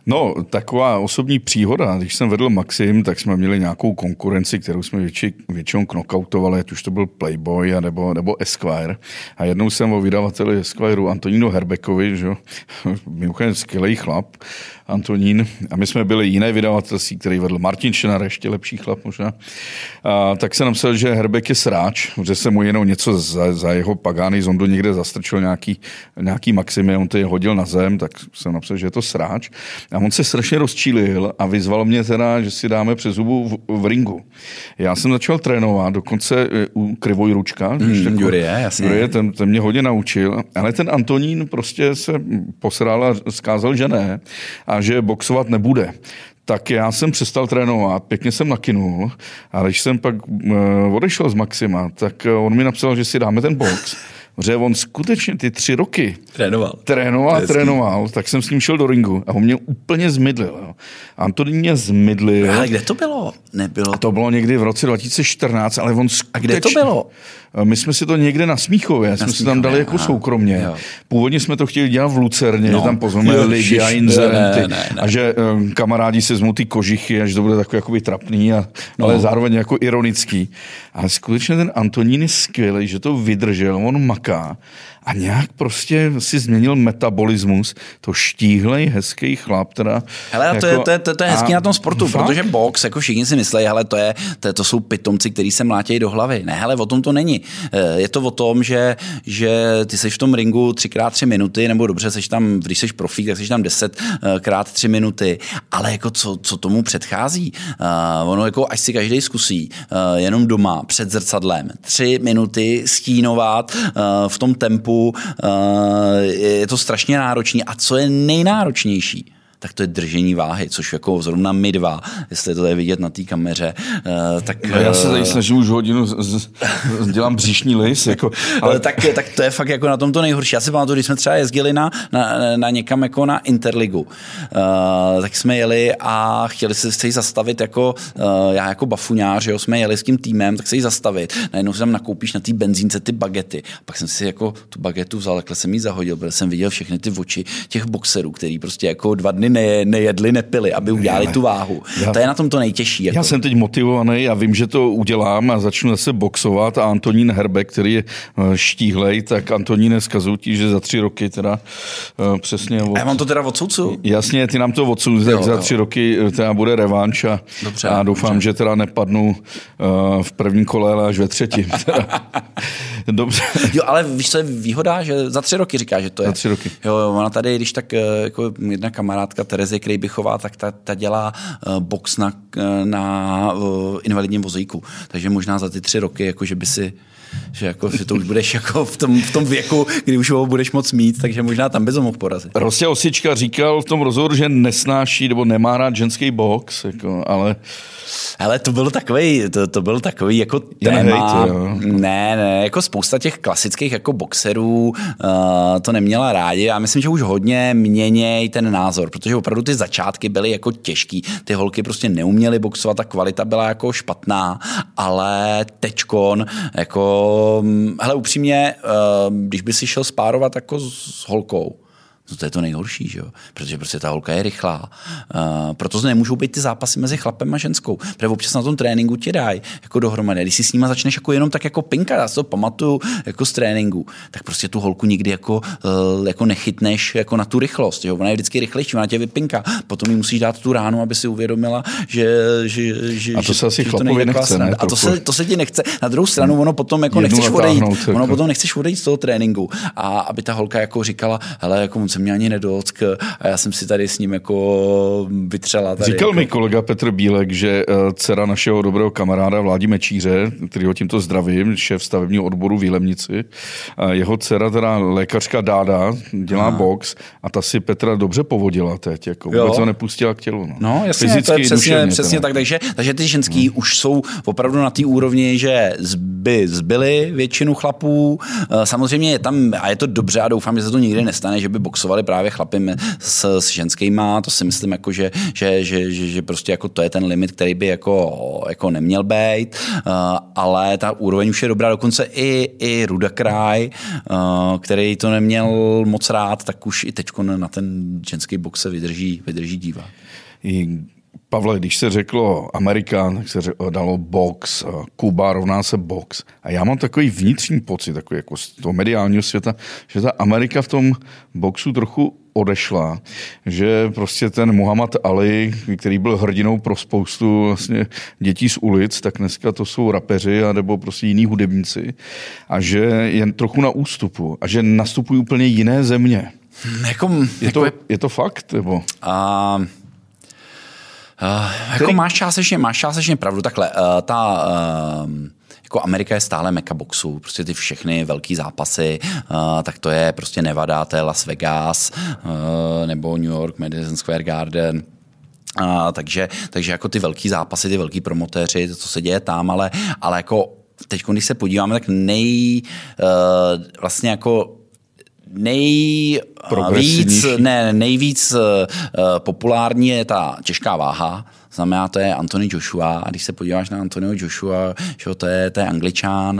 No, taková osobní příhoda. Když jsem vedl Maxim, tak jsme měli nějakou konkurenci, kterou jsme větši, většinou knockoutovali, ať už to byl Playboy nebo, nebo Esquire. A jednou jsem o vydavateli Esquireu Antonínu Herbekovi, že? Mimochodem skvělý chlap, Antonín. A my jsme byli jiné vydavatelství, který vedl Martin Šenar, ještě lepší chlap možná. A tak se napsal, že Herbek je sráč, že se mu jenom něco za, za jeho pagány zondo někde zastrčil nějaký, nějaký Maximy, on to je hodil na zem, tak jsem napsal, že je to sráč. A on se strašně rozčílil a vyzval mě teda, že si dáme přes zubu v, v ringu. Já jsem začal trénovat, dokonce u Krivojručka. Mm, Jurie, jasně. Jurie, ten, ten mě hodně naučil, ale ten Antonín prostě se posral a zkázal, že ne a že boxovat nebude. Tak já jsem přestal trénovat, pěkně jsem nakynul, ale když jsem pak odešel z Maxima, tak on mi napsal, že si dáme ten box. Protože on skutečně ty tři roky trénoval, trénoval, trénoval, tak jsem s ním šel do ringu a on mě úplně zmydlil. Jo. Antonín mě zmydlil. Ale kde to bylo? Nebylo. To bylo někdy v roce dva tisíce čtrnáct, ale on skutečně... A kde to bylo? My jsme si to někde na Smíchově, na jsme Smíchově, si tam dali jako aha, soukromně. Jo. Původně jsme to chtěli dělat v Lucerně, no, tam pozveme lidi a inzerenty ne, ne, ne. a že um, kamarádi se zmou ty kožichy, až to bude takový jakoby trapný, a, no. ale zároveň jako ironický. Ale skutečně ten Antonín je skvělý, že to vydržel, on maká a nějak prostě si změnil metabolismus, to štíhlej, hezký chlap. Teda, hele, jako, to, je, to, je, to je hezký na tom sportu, fakt? Protože box, jako všichni si myslí, hele, to, je, to, je, to jsou pitomci, kteří se mlátějí do hlavy. Ne, hele, o tom to není. Je to o tom, že, že ty seš v tom ringu třikrát tři minuty, nebo dobře, seš tam, když seš profík, tak seš tam desetkrát tři minuty, ale jako co, co tomu předchází? Uh, ono jako až si každý zkusí, uh, jenom doma, před zrcadlem, tři minuty stínovat uh, v tom tempu, uh, je to strašně náročný. A co je nejnáročnější? Tak to je držení váhy, což jako zrovna my dva, jestli to je vidět na té kameře, tak... No já se tady snažím už hodinu, z, z, dělám bříšní lis, jako... Ale tak, tak to je fakt jako na tom to nejhorší. Já si pamatuju, když jsme třeba jezdili na, na, na někam jako na Interligu, uh, tak jsme jeli a chtěli se, se jí zastavit jako, uh, já jako bafuňář, jo, jsme jeli s tím týmem, tak se jí zastavit. Najednou si tam nakoupíš na té benzínce ty bagety. Pak jsem si jako tu bagetu vzal, takhle jsem jí zahodil, protože jsem viděl všechny ty oči těch boxerů, který prostě jako dva dny ne, nejedli, nepili, aby udělali tu váhu. Já, to je na tom to nejtěžší. Jako. Já jsem teď motivovaný a vím, že to udělám a začnu zase boxovat a Antonín Herbek, který je štíhlej, tak Antonín nezkazují ti, že za tři roky teda uh, přesně... Od... A já mám to teda odsoucu? Jasně, ty nám to odsoucu, tak za tři roky teda bude revanš a, dobře, a doufám, dobře. že teda nepadnu uh, v prvním kole, ale až ve třetím. Dobře. Jo, ale víš, co je výhoda, že za tři roky říká, že to je. Za tři roky. Jo, ona tady, když tak jako jedna kamarádka Terezie Krejbichová, tak ta, ta dělá uh, box na, na uh, invalidním vozíku. Takže možná za ty tři roky, jako že by si že, jako, že to už budeš jako v tom, v tom věku, kdy už ho budeš moc mít, takže možná tam bys ho mohl porazit. Rostě Osička říkal v tom rozhovoru, že nesnáší nebo nemá rád ženský box, jako, ale... Ale to bylo takový, to, to byl takový jako téma. Hejte, ne, ne, jako spousta těch klasických jako boxerů uh, to neměla rádi. Já myslím, že už hodně měněj ten názor, protože opravdu ty začátky byly jako těžký. Ty holky prostě neuměly boxovat, ta kvalita byla jako špatná, ale tečkon, jako, hele upřímně, uh, když by si šel spárovat jako s holkou, no to je to nejhorší, že jo? Protože prostě ta holka je rychlá. Uh, proto nemůžou být ty zápasy mezi chlapem a ženskou. Protože občas na tom tréninku ti dají jako dohromady. Když si s nima začneš jako jenom tak jako pinkat, já si to pamatuju jako z tréninku, tak prostě tu holku nikdy jako, uh, jako nechytneš jako na tu rychlost. Jo? Ona je vždycky rychlejší, ona tě vypinká. Potom jí musíš dát tu ránu, aby si uvědomila, že, že, že a to že, se asi že chlapovi nechce, ne? A to se, to se ti nechce. Na druhou stranu ono potom jako nechceš odejít. Jako. Ono potom nechceš odejít z toho tréninku. A aby ta holka jako říkala, hele, jako on se mě ani nedock a já jsem si tady s ním jako vytřela. Tady Říkal jako... mi kolega Petr Bílek, že dcera našeho dobrého kamaráda Vládi Mečíře, kterýho tímto zdravím, šéf stavebního odboru v Jilemnici, jeho dcera, teda lékařka Dáda, dělá Aha. box a ta si Petra dobře povodila teď, jako vůbec ho nepustila k tělu. No, no jasně, fyzicky, to je přesně, přesně tak, takže, takže ty ženský hmm. už jsou opravdu na té úrovni, že zby, zbyly většinu chlapů, samozřejmě je tam, a je to dobře a doufám, že se to nikdy nestane, že by boxovali boxovali právě chlapi s, s ženskýma, to si myslím, jako, že, že, že, že, že prostě jako to je ten limit, který by jako, jako neměl být, uh, ale ta úroveň už je dobrá, dokonce i, i Ruda Kraj, uh, který to neměl moc rád, tak už i teďko na ten ženský box se vydrží, vydrží dívat. I Pavle, když se řeklo Amerika, tak se řeklo, dalo box, Kuba rovná se box. A já mám takový vnitřní pocit, takový jako z toho mediálního světa, že ta Amerika v tom boxu trochu odešla, že prostě ten Muhammad Ali, který byl hrdinou pro spoustu vlastně dětí z ulic, tak dneska to jsou rapeři a nebo prostě jiní hudebníci a že je trochu na ústupu a že nastupují úplně jiné země. Hmm, jako, je, jako to, je... je to fakt? Nebo? Uh... Uh, jako máš částečně, máš částečně pravdu. Takhle, uh, ta uh, jako Amerika je stále meka boxu, prostě ty všechny velký zápasy, uh, tak to je prostě Nevada, to je Las Vegas, uh, nebo New York, Madison Square Garden. Uh, takže, takže jako ty velký zápasy, ty velký promotéři, to, co se děje tam, ale, ale jako teď, když se podíváme, tak nej uh, vlastně jako nejvíc, ne, nejvíc uh, populární je ta těžká váha, znamená, to je Anthony Joshua, a když se podíváš na Anthonyho Joshua, že to je, to je Angličan,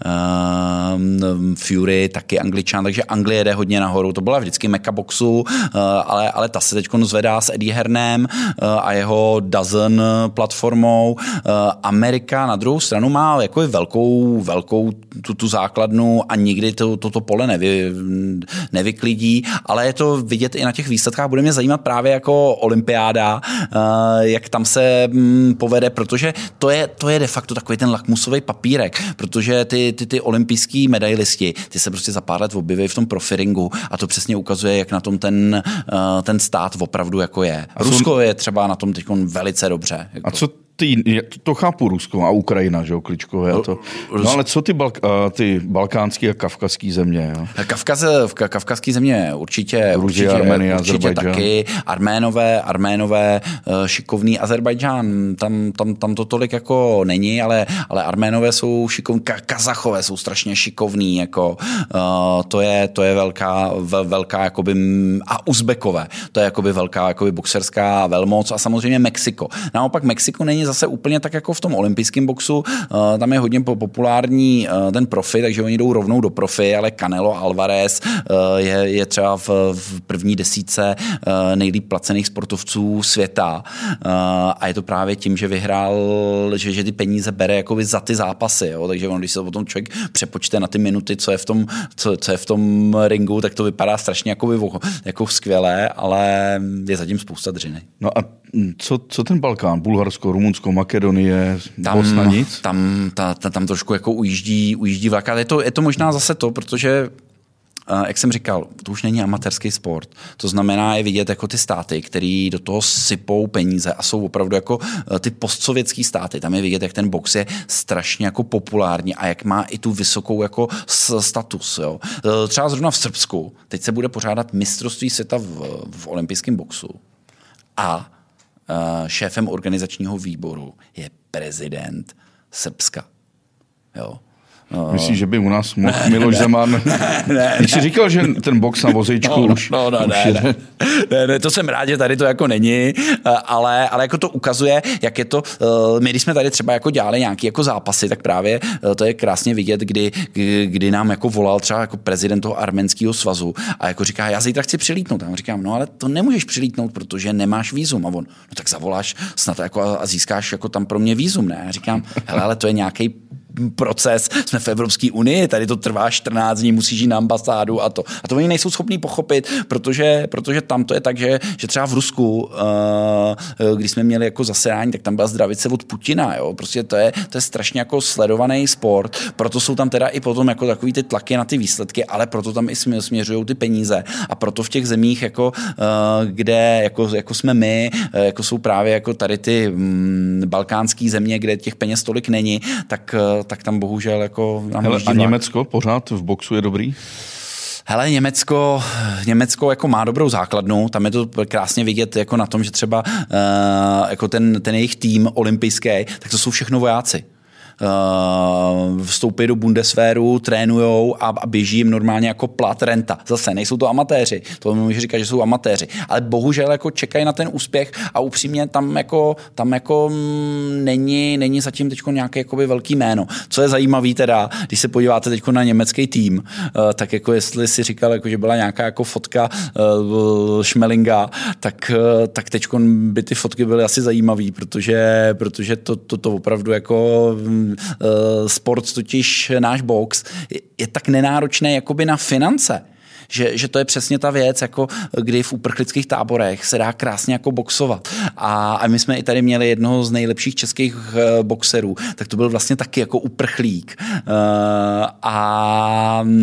um, Fury taky Angličan, takže Anglie jede hodně nahoru, to byla vždycky meka boxu, uh, ale, ale ta se teď zvedá s Eddie Hearnem uh, a jeho Dozen platformou. Uh, Amerika na druhou stranu má jako velkou, velkou tu, tu základnu a nikdy to, toto pole nevy, nevyklidí, ale je to vidět i na těch výsledkách. Bude mě zajímat právě jako olympiáda, uh, jak tam se mm, povede, protože to je, to je de facto takový ten lakmusový papírek, protože ty, ty, ty olympijský medailisti, ty se prostě za pár let objeví v tom profiringu a to přesně ukazuje, jak na tom ten, uh, ten stát opravdu jako je. A Rusko je třeba na tom teď velice dobře. Jako. A co ty, to chápu Rusko a Ukrajina, že jo, Kličkové a to. No ale co ty, balk, ty balkánský a kavkazský země? Jo? Kavkaz, kavkazský země určitě, Gruzie, určitě, Arménie, určitě taky. Arménové, Arménové, šikovný Azerbajdžán, tam, tam, tam to tolik jako není, ale, ale Arménové jsou šikovní, Kazachové jsou strašně šikovní, jako, uh, to, je, to je velká, vel, velká jakoby, a Uzbekové, to je jakoby velká jakoby boxerská velmoc a samozřejmě Mexiko. Naopak Mexiko není zase úplně tak jako v tom olympijském boxu, uh, tam je hodně populární uh, ten profi, takže oni jdou rovnou do profi, ale Canelo Alvarez uh, je, je třeba v, v první desítce uh, nejlíp placených sportovců světa uh, a je to právě tím, že vyhrál, že, že ty peníze bere jakoby za ty zápasy, jo? Takže on, když se potom člověk přepočte na ty minuty, co je v tom, co, co je v tom ringu, tak to vypadá strašně jakoby, jako skvěle, ale je zatím spousta dřiny. No a co, co ten Balkán? Bulharsko, Rumunsko, Makedonie, Bosna, nic? Tam, ta, ta, tam trošku jako ujíždí, ujíždí vlaka. Je to, je to možná zase to, protože Uh, jak jsem říkal, to už není amatérský sport. To znamená je vidět jako ty státy, který do toho sypou peníze a jsou opravdu jako uh, ty postsovětský státy. Tam je vidět, jak ten box je strašně jako populární a jak má i tu vysokou jako status. Jo. Uh, třeba zrovna v Srbsku. Teď se bude pořádat mistrovství světa v, v olympijském boxu. A uh, šéfem organizačního výboru je prezident Srbska. Jo. Myslíš, že by u nás mohl Miloš Zeman... Ne, ne, Když jsi říkal, že ten box na vozejčku no, už... No, no, už ne, je... ne. Ne, ne, to jsem rád, že tady to jako není, ale, ale jako to ukazuje, jak je to... My, když jsme tady třeba jako dělali nějaké jako zápasy, tak právě to je krásně vidět, kdy, kdy nám jako volal třeba jako prezident toho arménského svazu a jako říká, já zítra chci přilítnout. A já říkám, no ale to nemůžeš přilítnout, protože nemáš vízum. A on, no tak zavoláš snad jako a získáš jako tam pro mě vízum, ne? A já říkám, hele, ale to je nějaký proces, jsme v Evropské unii, tady to trvá čtrnáct dní, musíš jít na ambasádu a to. A to oni nejsou schopní pochopit, protože, protože tam to je tak, že, že třeba v Rusku, uh, když jsme měli jako zasedání, tak tam byla zdravice od Putina, jo? Prostě to je, to je strašně jako sledovaný sport, proto jsou tam teda i potom jako takový ty tlaky na ty výsledky, ale proto tam i směřují ty peníze a proto v těch zemích, jako, uh, kde jako, jako jsme my, uh, jako jsou právě jako tady ty um, balkánský země, kde těch peněz tolik není, tak tak tam bohužel jako... Hele, a Německo pořád v boxu je dobrý? Hele, Německo, Německo jako má dobrou základnu, tam je to krásně vidět jako na tom, že třeba uh, jako ten, ten jejich tým olympijský, tak to jsou všechno vojáci. Uh, vstoupí do Bundeswehru, trénujou a, a běží jim normálně jako plat, renta. Zase nejsou to amatéři, to můžu říkat, že jsou amatéři, ale bohužel jako čekají na ten úspěch a upřímně tam jako, tam jako není, není zatím teďko nějaké jakoby velký jméno. Co je zajímavý teda, když se podíváte teďko na německý tým, uh, tak jako jestli si říkal, jako, že byla nějaká jako fotka uh, Schmelinga, tak, uh, tak teďko by ty fotky byly asi zajímavý, protože, protože to, to, to opravdu jako uh, sport, totiž náš box, je, je tak nenáročný jakoby na finance. Že, že to je přesně ta věc, jako kdy v uprchlických táborech se dá krásně jako boxovat. A, a my jsme i tady měli jednoho z nejlepších českých uh, boxerů, tak to byl vlastně taky jako uprchlík. Uh, a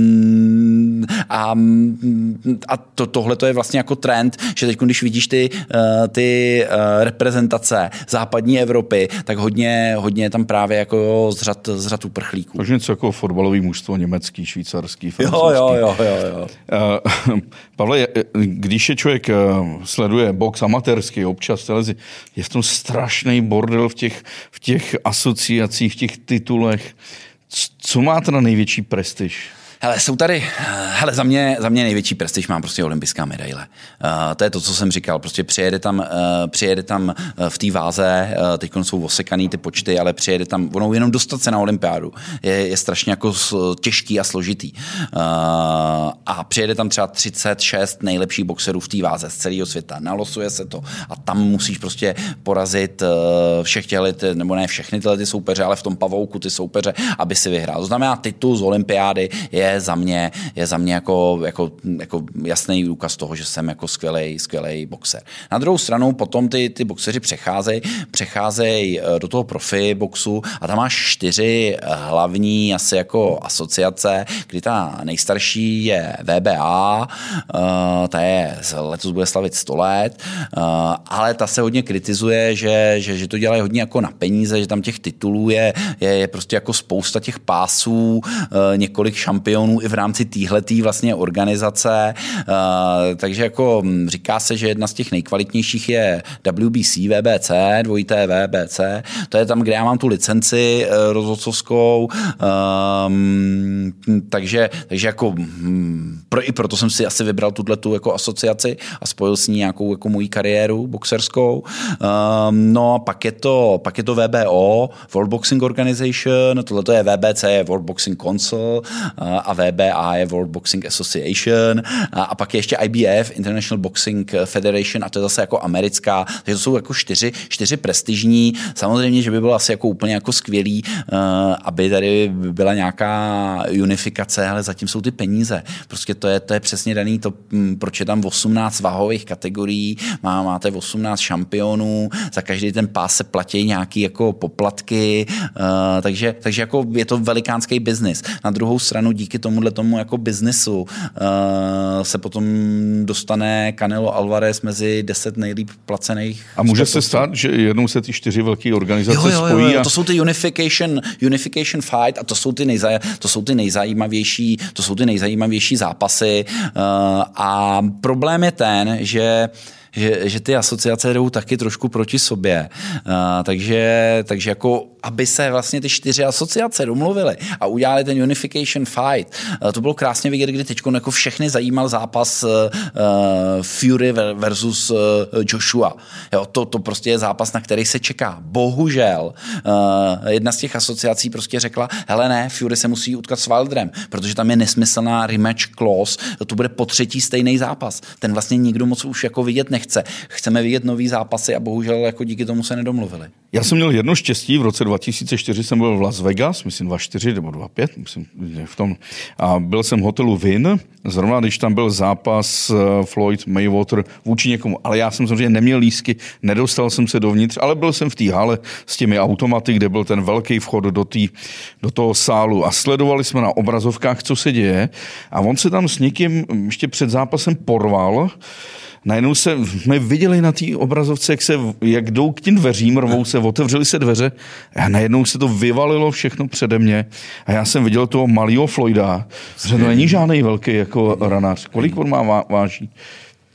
a, a to, tohle to je vlastně jako trend, že teď, když vidíš ty, uh, ty uh, reprezentace západní Evropy, tak hodně, hodně tam právě jako z řad, z řad uprchlíků. Takže něco jako fotbalový mužstvo, německý, švýcarský, francouzský. Jo, jo, jo, jo, jo. Uh, Pavle, když je člověk uh, sleduje box amatérský, občas televizi, je v tom strašný bordel v těch, v těch asociacích, v těch titulech. Co má teda největší prestiž? Hele, jsou tady, hele, za mě, za mě největší prestiž mám prostě olympijská medaile. Uh, to je to, co jsem říkal, prostě přijede tam, uh, přijede tam uh, v té váze, uh, teď jsou osekaný ty počty, ale přijede tam, ono jenom dostat se na olympiádu je, je strašně jako těžký a složitý. Uh, a přijede tam třeba třicet šest nejlepších boxerů v té váze z celého světa, nalosuje se to a tam musíš prostě porazit uh, všech těhle, nebo ne všechny tyhle ty soupeře, ale v tom pavouku ty soupeře, aby si vyhrál. To znamená, titul z olympiády je za mě, je za mě jako, jako, jako jasný důkaz toho, že jsem jako skvělej, skvělej boxer. Na druhou stranu potom ty, ty boxeři přecházejí přecházejí do toho profi boxu a tam máš čtyři hlavní asi jako asociace, kdy ta nejstarší je V B A, ta je, letos bude slavit sto let, ale ta se hodně kritizuje, že, že, že to dělají hodně jako na peníze, že tam těch titulů je, je, je prostě jako spousta těch pásů, několik šampionů i v rámci téhletý vlastně organizace. Uh, takže jako říká se, že jedna z těch nejkvalitnějších je W B C, V B C, dvojité V B C. To je tam, kde já mám tu licenci uh, rozhodcovskou. Um, takže, takže jako um, pro, i proto jsem si asi vybral tuto jako asociaci a spojil s ní nějakou jako moji kariéru boxerskou. Um, no a pak je to, pak je to V B O, World Boxing Organization, tohle je V B C, je World Boxing Council uh, a V B A je World Boxing Association a, a pak je ještě I B F, International Boxing Federation, a to je zase jako americká, takže to jsou jako čtyři, čtyři prestižní. Samozřejmě, že by bylo asi jako úplně jako skvělý, uh, aby tady byla nějaká unifikace, ale zatím jsou ty peníze. Prostě to je, to je přesně daný to, m, proč je tam osmnáct váhových kategorií, má, máte osmnáct šampionů, za každý ten pás se platí nějaký jako poplatky, uh, takže, takže jako je to velikánský biznis. Na druhou stranu díky tomuhle tomu jako biznisu uh, se potom dostane Canelo Alvarez mezi deset nejlíp placených. A může sportovců. Se stát, že jednou se ty čtyři velké organizace jo, jo, jo, spojí. Jo, a... to jsou ty unification, unification fight a to jsou ty, nejzaj, to jsou ty nejzajímavější, to jsou ty nejzajímavější zápasy. Uh, a problém je ten, že Že, že ty asociace jdou taky trošku proti sobě. Uh, takže, takže jako, aby se vlastně ty čtyři asociace domluvily a udělali ten unification fight. Uh, to bylo krásně vidět, kdy teď jako všechny zajímal zápas uh, Fury versus uh, Joshua. Jo, to, to prostě je zápas, na který se čeká. Bohužel uh, jedna z těch asociací prostě řekla, hele ne, Fury se musí utkat s Wilderem, protože tam je nesmyslná rematch clause, to bude po třetí stejný zápas. Ten vlastně nikdo moc už jako vidět nechce. Chceme vidět nový zápasy a bohužel jako díky tomu se nedomluvili. Já jsem měl jedno štěstí, v roce dva tisíce čtyři jsem byl v Las Vegas, myslím dva čtyři nebo dva pět, myslím v tom. A byl jsem v hotelu Wynn, zrovna když tam byl zápas Floyd Mayweather vůči někomu, ale já jsem samozřejmě neměl lístky, nedostal jsem se dovnitř, ale byl jsem v té hale s těmi automaty, kde byl ten velký vchod do, tý, do toho sálu a sledovali jsme na obrazovkách, co se děje a on se tam s někým ještě před zápasem porval. Najednou se, jsme viděli na té obrazovce, jak, se, jak jdou k tím dveřím, rvou se, otevřely se dveře a najednou se to vyvalilo všechno přede mě a já jsem viděl toho malého Floyda, že to není žádný velký jako ranář. Kolik on má váží?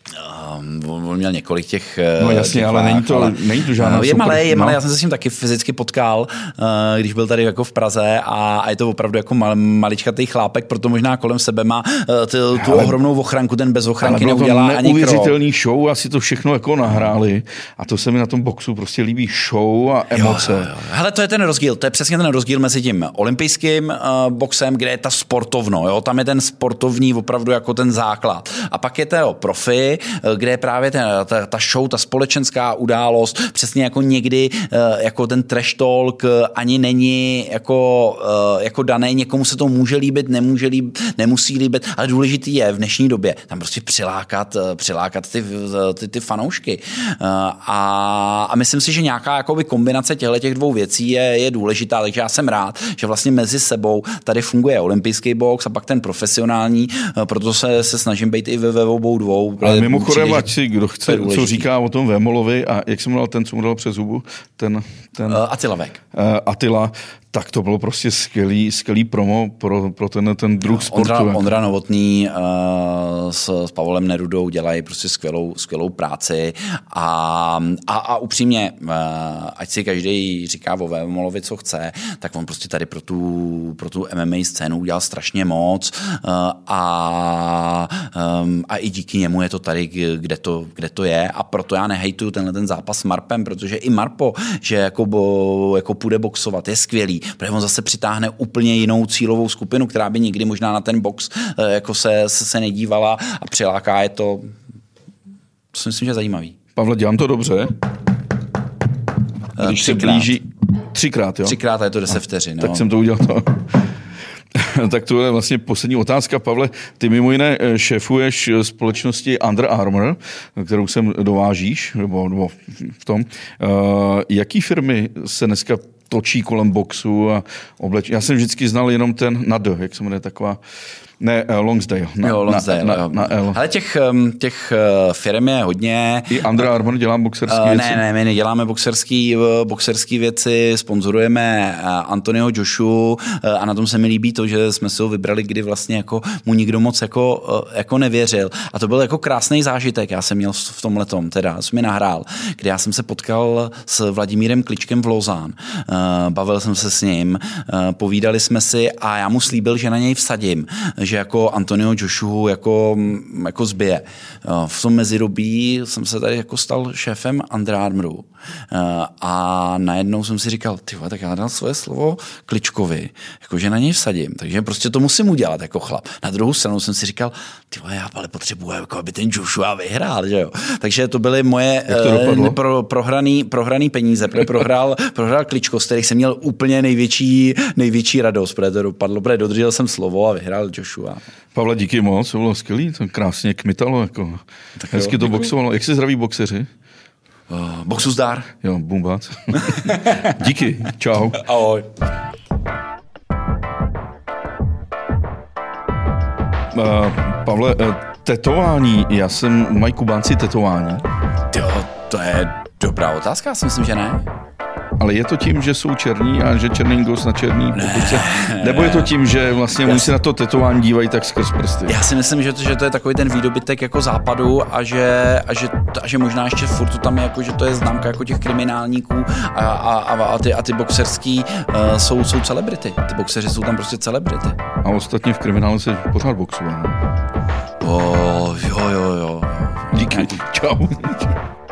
Um, on měl několik těch... No jasně, těch ale váh, není to, ale není to žádná Je super, malé, je malé, no. Já jsem se s ním taky fyzicky potkal, uh, když byl tady jako v Praze a, a je to opravdu jako mal, maličkatý chlápek, proto možná kolem sebe má uh, ty, tu ale, ohromnou ochranku, ten bez ochranky neudělá ani krok. Neuvěřitelný show, asi to všechno jako nahráli a to se mi na tom boxu prostě líbí show a emoce. Jo, jo, jo. Hele, to je ten rozdíl, to je přesně ten rozdíl mezi tím olympijským uh, boxem, kde je ta sportovno, jo? Tam je ten sportovní opravdu jako ten základ. A pak je to profi, kde je právě ten, ta, ta show, ta společenská událost, přesně jako někdy jako ten trash talk ani není jako, jako daný, někomu se to může líbit, nemůže líbit, nemusí líbit, ale důležitý je v dnešní době tam prostě přilákat, přilákat ty, ty, ty fanoušky. A, a myslím si, že nějaká jakoby kombinace těchto těch dvou věcí je, je důležitá, takže já jsem rád, že vlastně mezi sebou tady funguje olympijský box a pak ten profesionální, proto se, se snažím být i ve, ve obou dvou. Ale mimochodem, ať si kdo chce, co říká o tom Vémolovi a jak jsem dal ten, co mu dal přes zubu, ten... ten uh, Attila Vek. Uh, Attila, tak to bylo prostě skvělý, skvělý promo pro, pro ten, ten druh sportu. Ondra, Ondra Novotný uh, s, s Pavlem Nerudou dělají prostě skvělou, skvělou práci a, a, a upřímně, uh, ať si každý říká o Vémolovi, co chce, tak on prostě tady pro tu, pro tu M M A scénu udělal strašně moc uh, a, um, a i díky němu je to tady, kde to, kde to je a proto já nehejtuju tenhle ten zápas s Marpem, protože i Marpo, že jako, bo, jako půjde boxovat, je skvělý, protože on zase přitáhne úplně jinou cílovou skupinu, která by nikdy možná na ten box jako se, se, se nedívala a přiláká je to, to si myslím, že je zajímavý. Pavle, dělám to dobře? Když třikrát. se blíží... Třikrát, jo? Třikrát a je to deset vteřin. Tak no. jsem to udělal to. Tak to je vlastně poslední otázka. Pavle, ty mimo jiné šéfuješ společnosti Under Armour, kterou sem dovážíš, nebo, nebo v tom. Uh, jaký firmy se dneska točí kolem boxu a oblečení? Já jsem vždycky znal jenom ten N A D, jak se jmenuje taková... Ne, Longsdale. Na, jo, Longsdale. Na, na, na L. Ale těch, těch firm je hodně. I Under Armour dělá boxerské uh, věci? Ne, ne, my neděláme boxerský, boxerský věci, sponzorujeme Antonio Joshu a na tom se mi líbí to, že jsme si ho vybrali, kdy vlastně jako mu nikdo moc jako, jako nevěřil. A to byl jako krásný zážitek, já jsem měl v tomhletom, teda jsem mi nahrál, kdy já jsem se potkal s Vladimírem Kličkem v Lausanne. Uh, bavil jsem se s ním, uh, povídali jsme si a já mu slíbil, že na něj vsadím, že jako Antonio Joshu jako, jako zbije. V tom mezidobí jsem se tady jako stal šéfem Under Armouru a najednou jsem si říkal, tyhle, tak já dal svoje slovo Kličkovi, jakože na něj vsadím, takže prostě to musím udělat jako chlap. Na druhou stranu jsem si říkal, tyhle, já ale potřebuji, jako aby ten Joshua vyhrál, že jo. Takže to byly moje to pro, prohraný, prohraný peníze, protože prohrál, prohrál Kličko, z kterých jsem měl úplně největší, největší radost, protože to dopadlo, protože dodržel jsem slovo a vyhrál Joshua. Pavle, díky moc, to bylo skvělý, to krásně kmitalo, jako. Tak hezky jo, to boxovalo. Jak se zdraví boxeři? Uh, boxu zdar. Jo, bumbac. Díky, čau. Ahoj. Uh, Pavle, uh, tetování, já jsem, mají Kubánci tetování? Jo, to je dobrá otázka, já si myslím, že ne. Ale je to tím, že jsou černí a že černý gos na černý pokuce? Nebo je to tím, že vlastně oni se na to tetování dívají tak skrz prsty? Já si myslím, že to, že to je takový ten výdobytek jako západu a že, a že, a že možná ještě furt to tam je jako, že to je známka jako těch kriminálníků a, a, a, a, ty, a ty boxerský uh, jsou, jsou celebrity. Ty boxeři jsou tam prostě celebrity. A ostatně v kriminálu se pořád boxuje, ne? Oh, jo, jo, jo. Díky. Čau.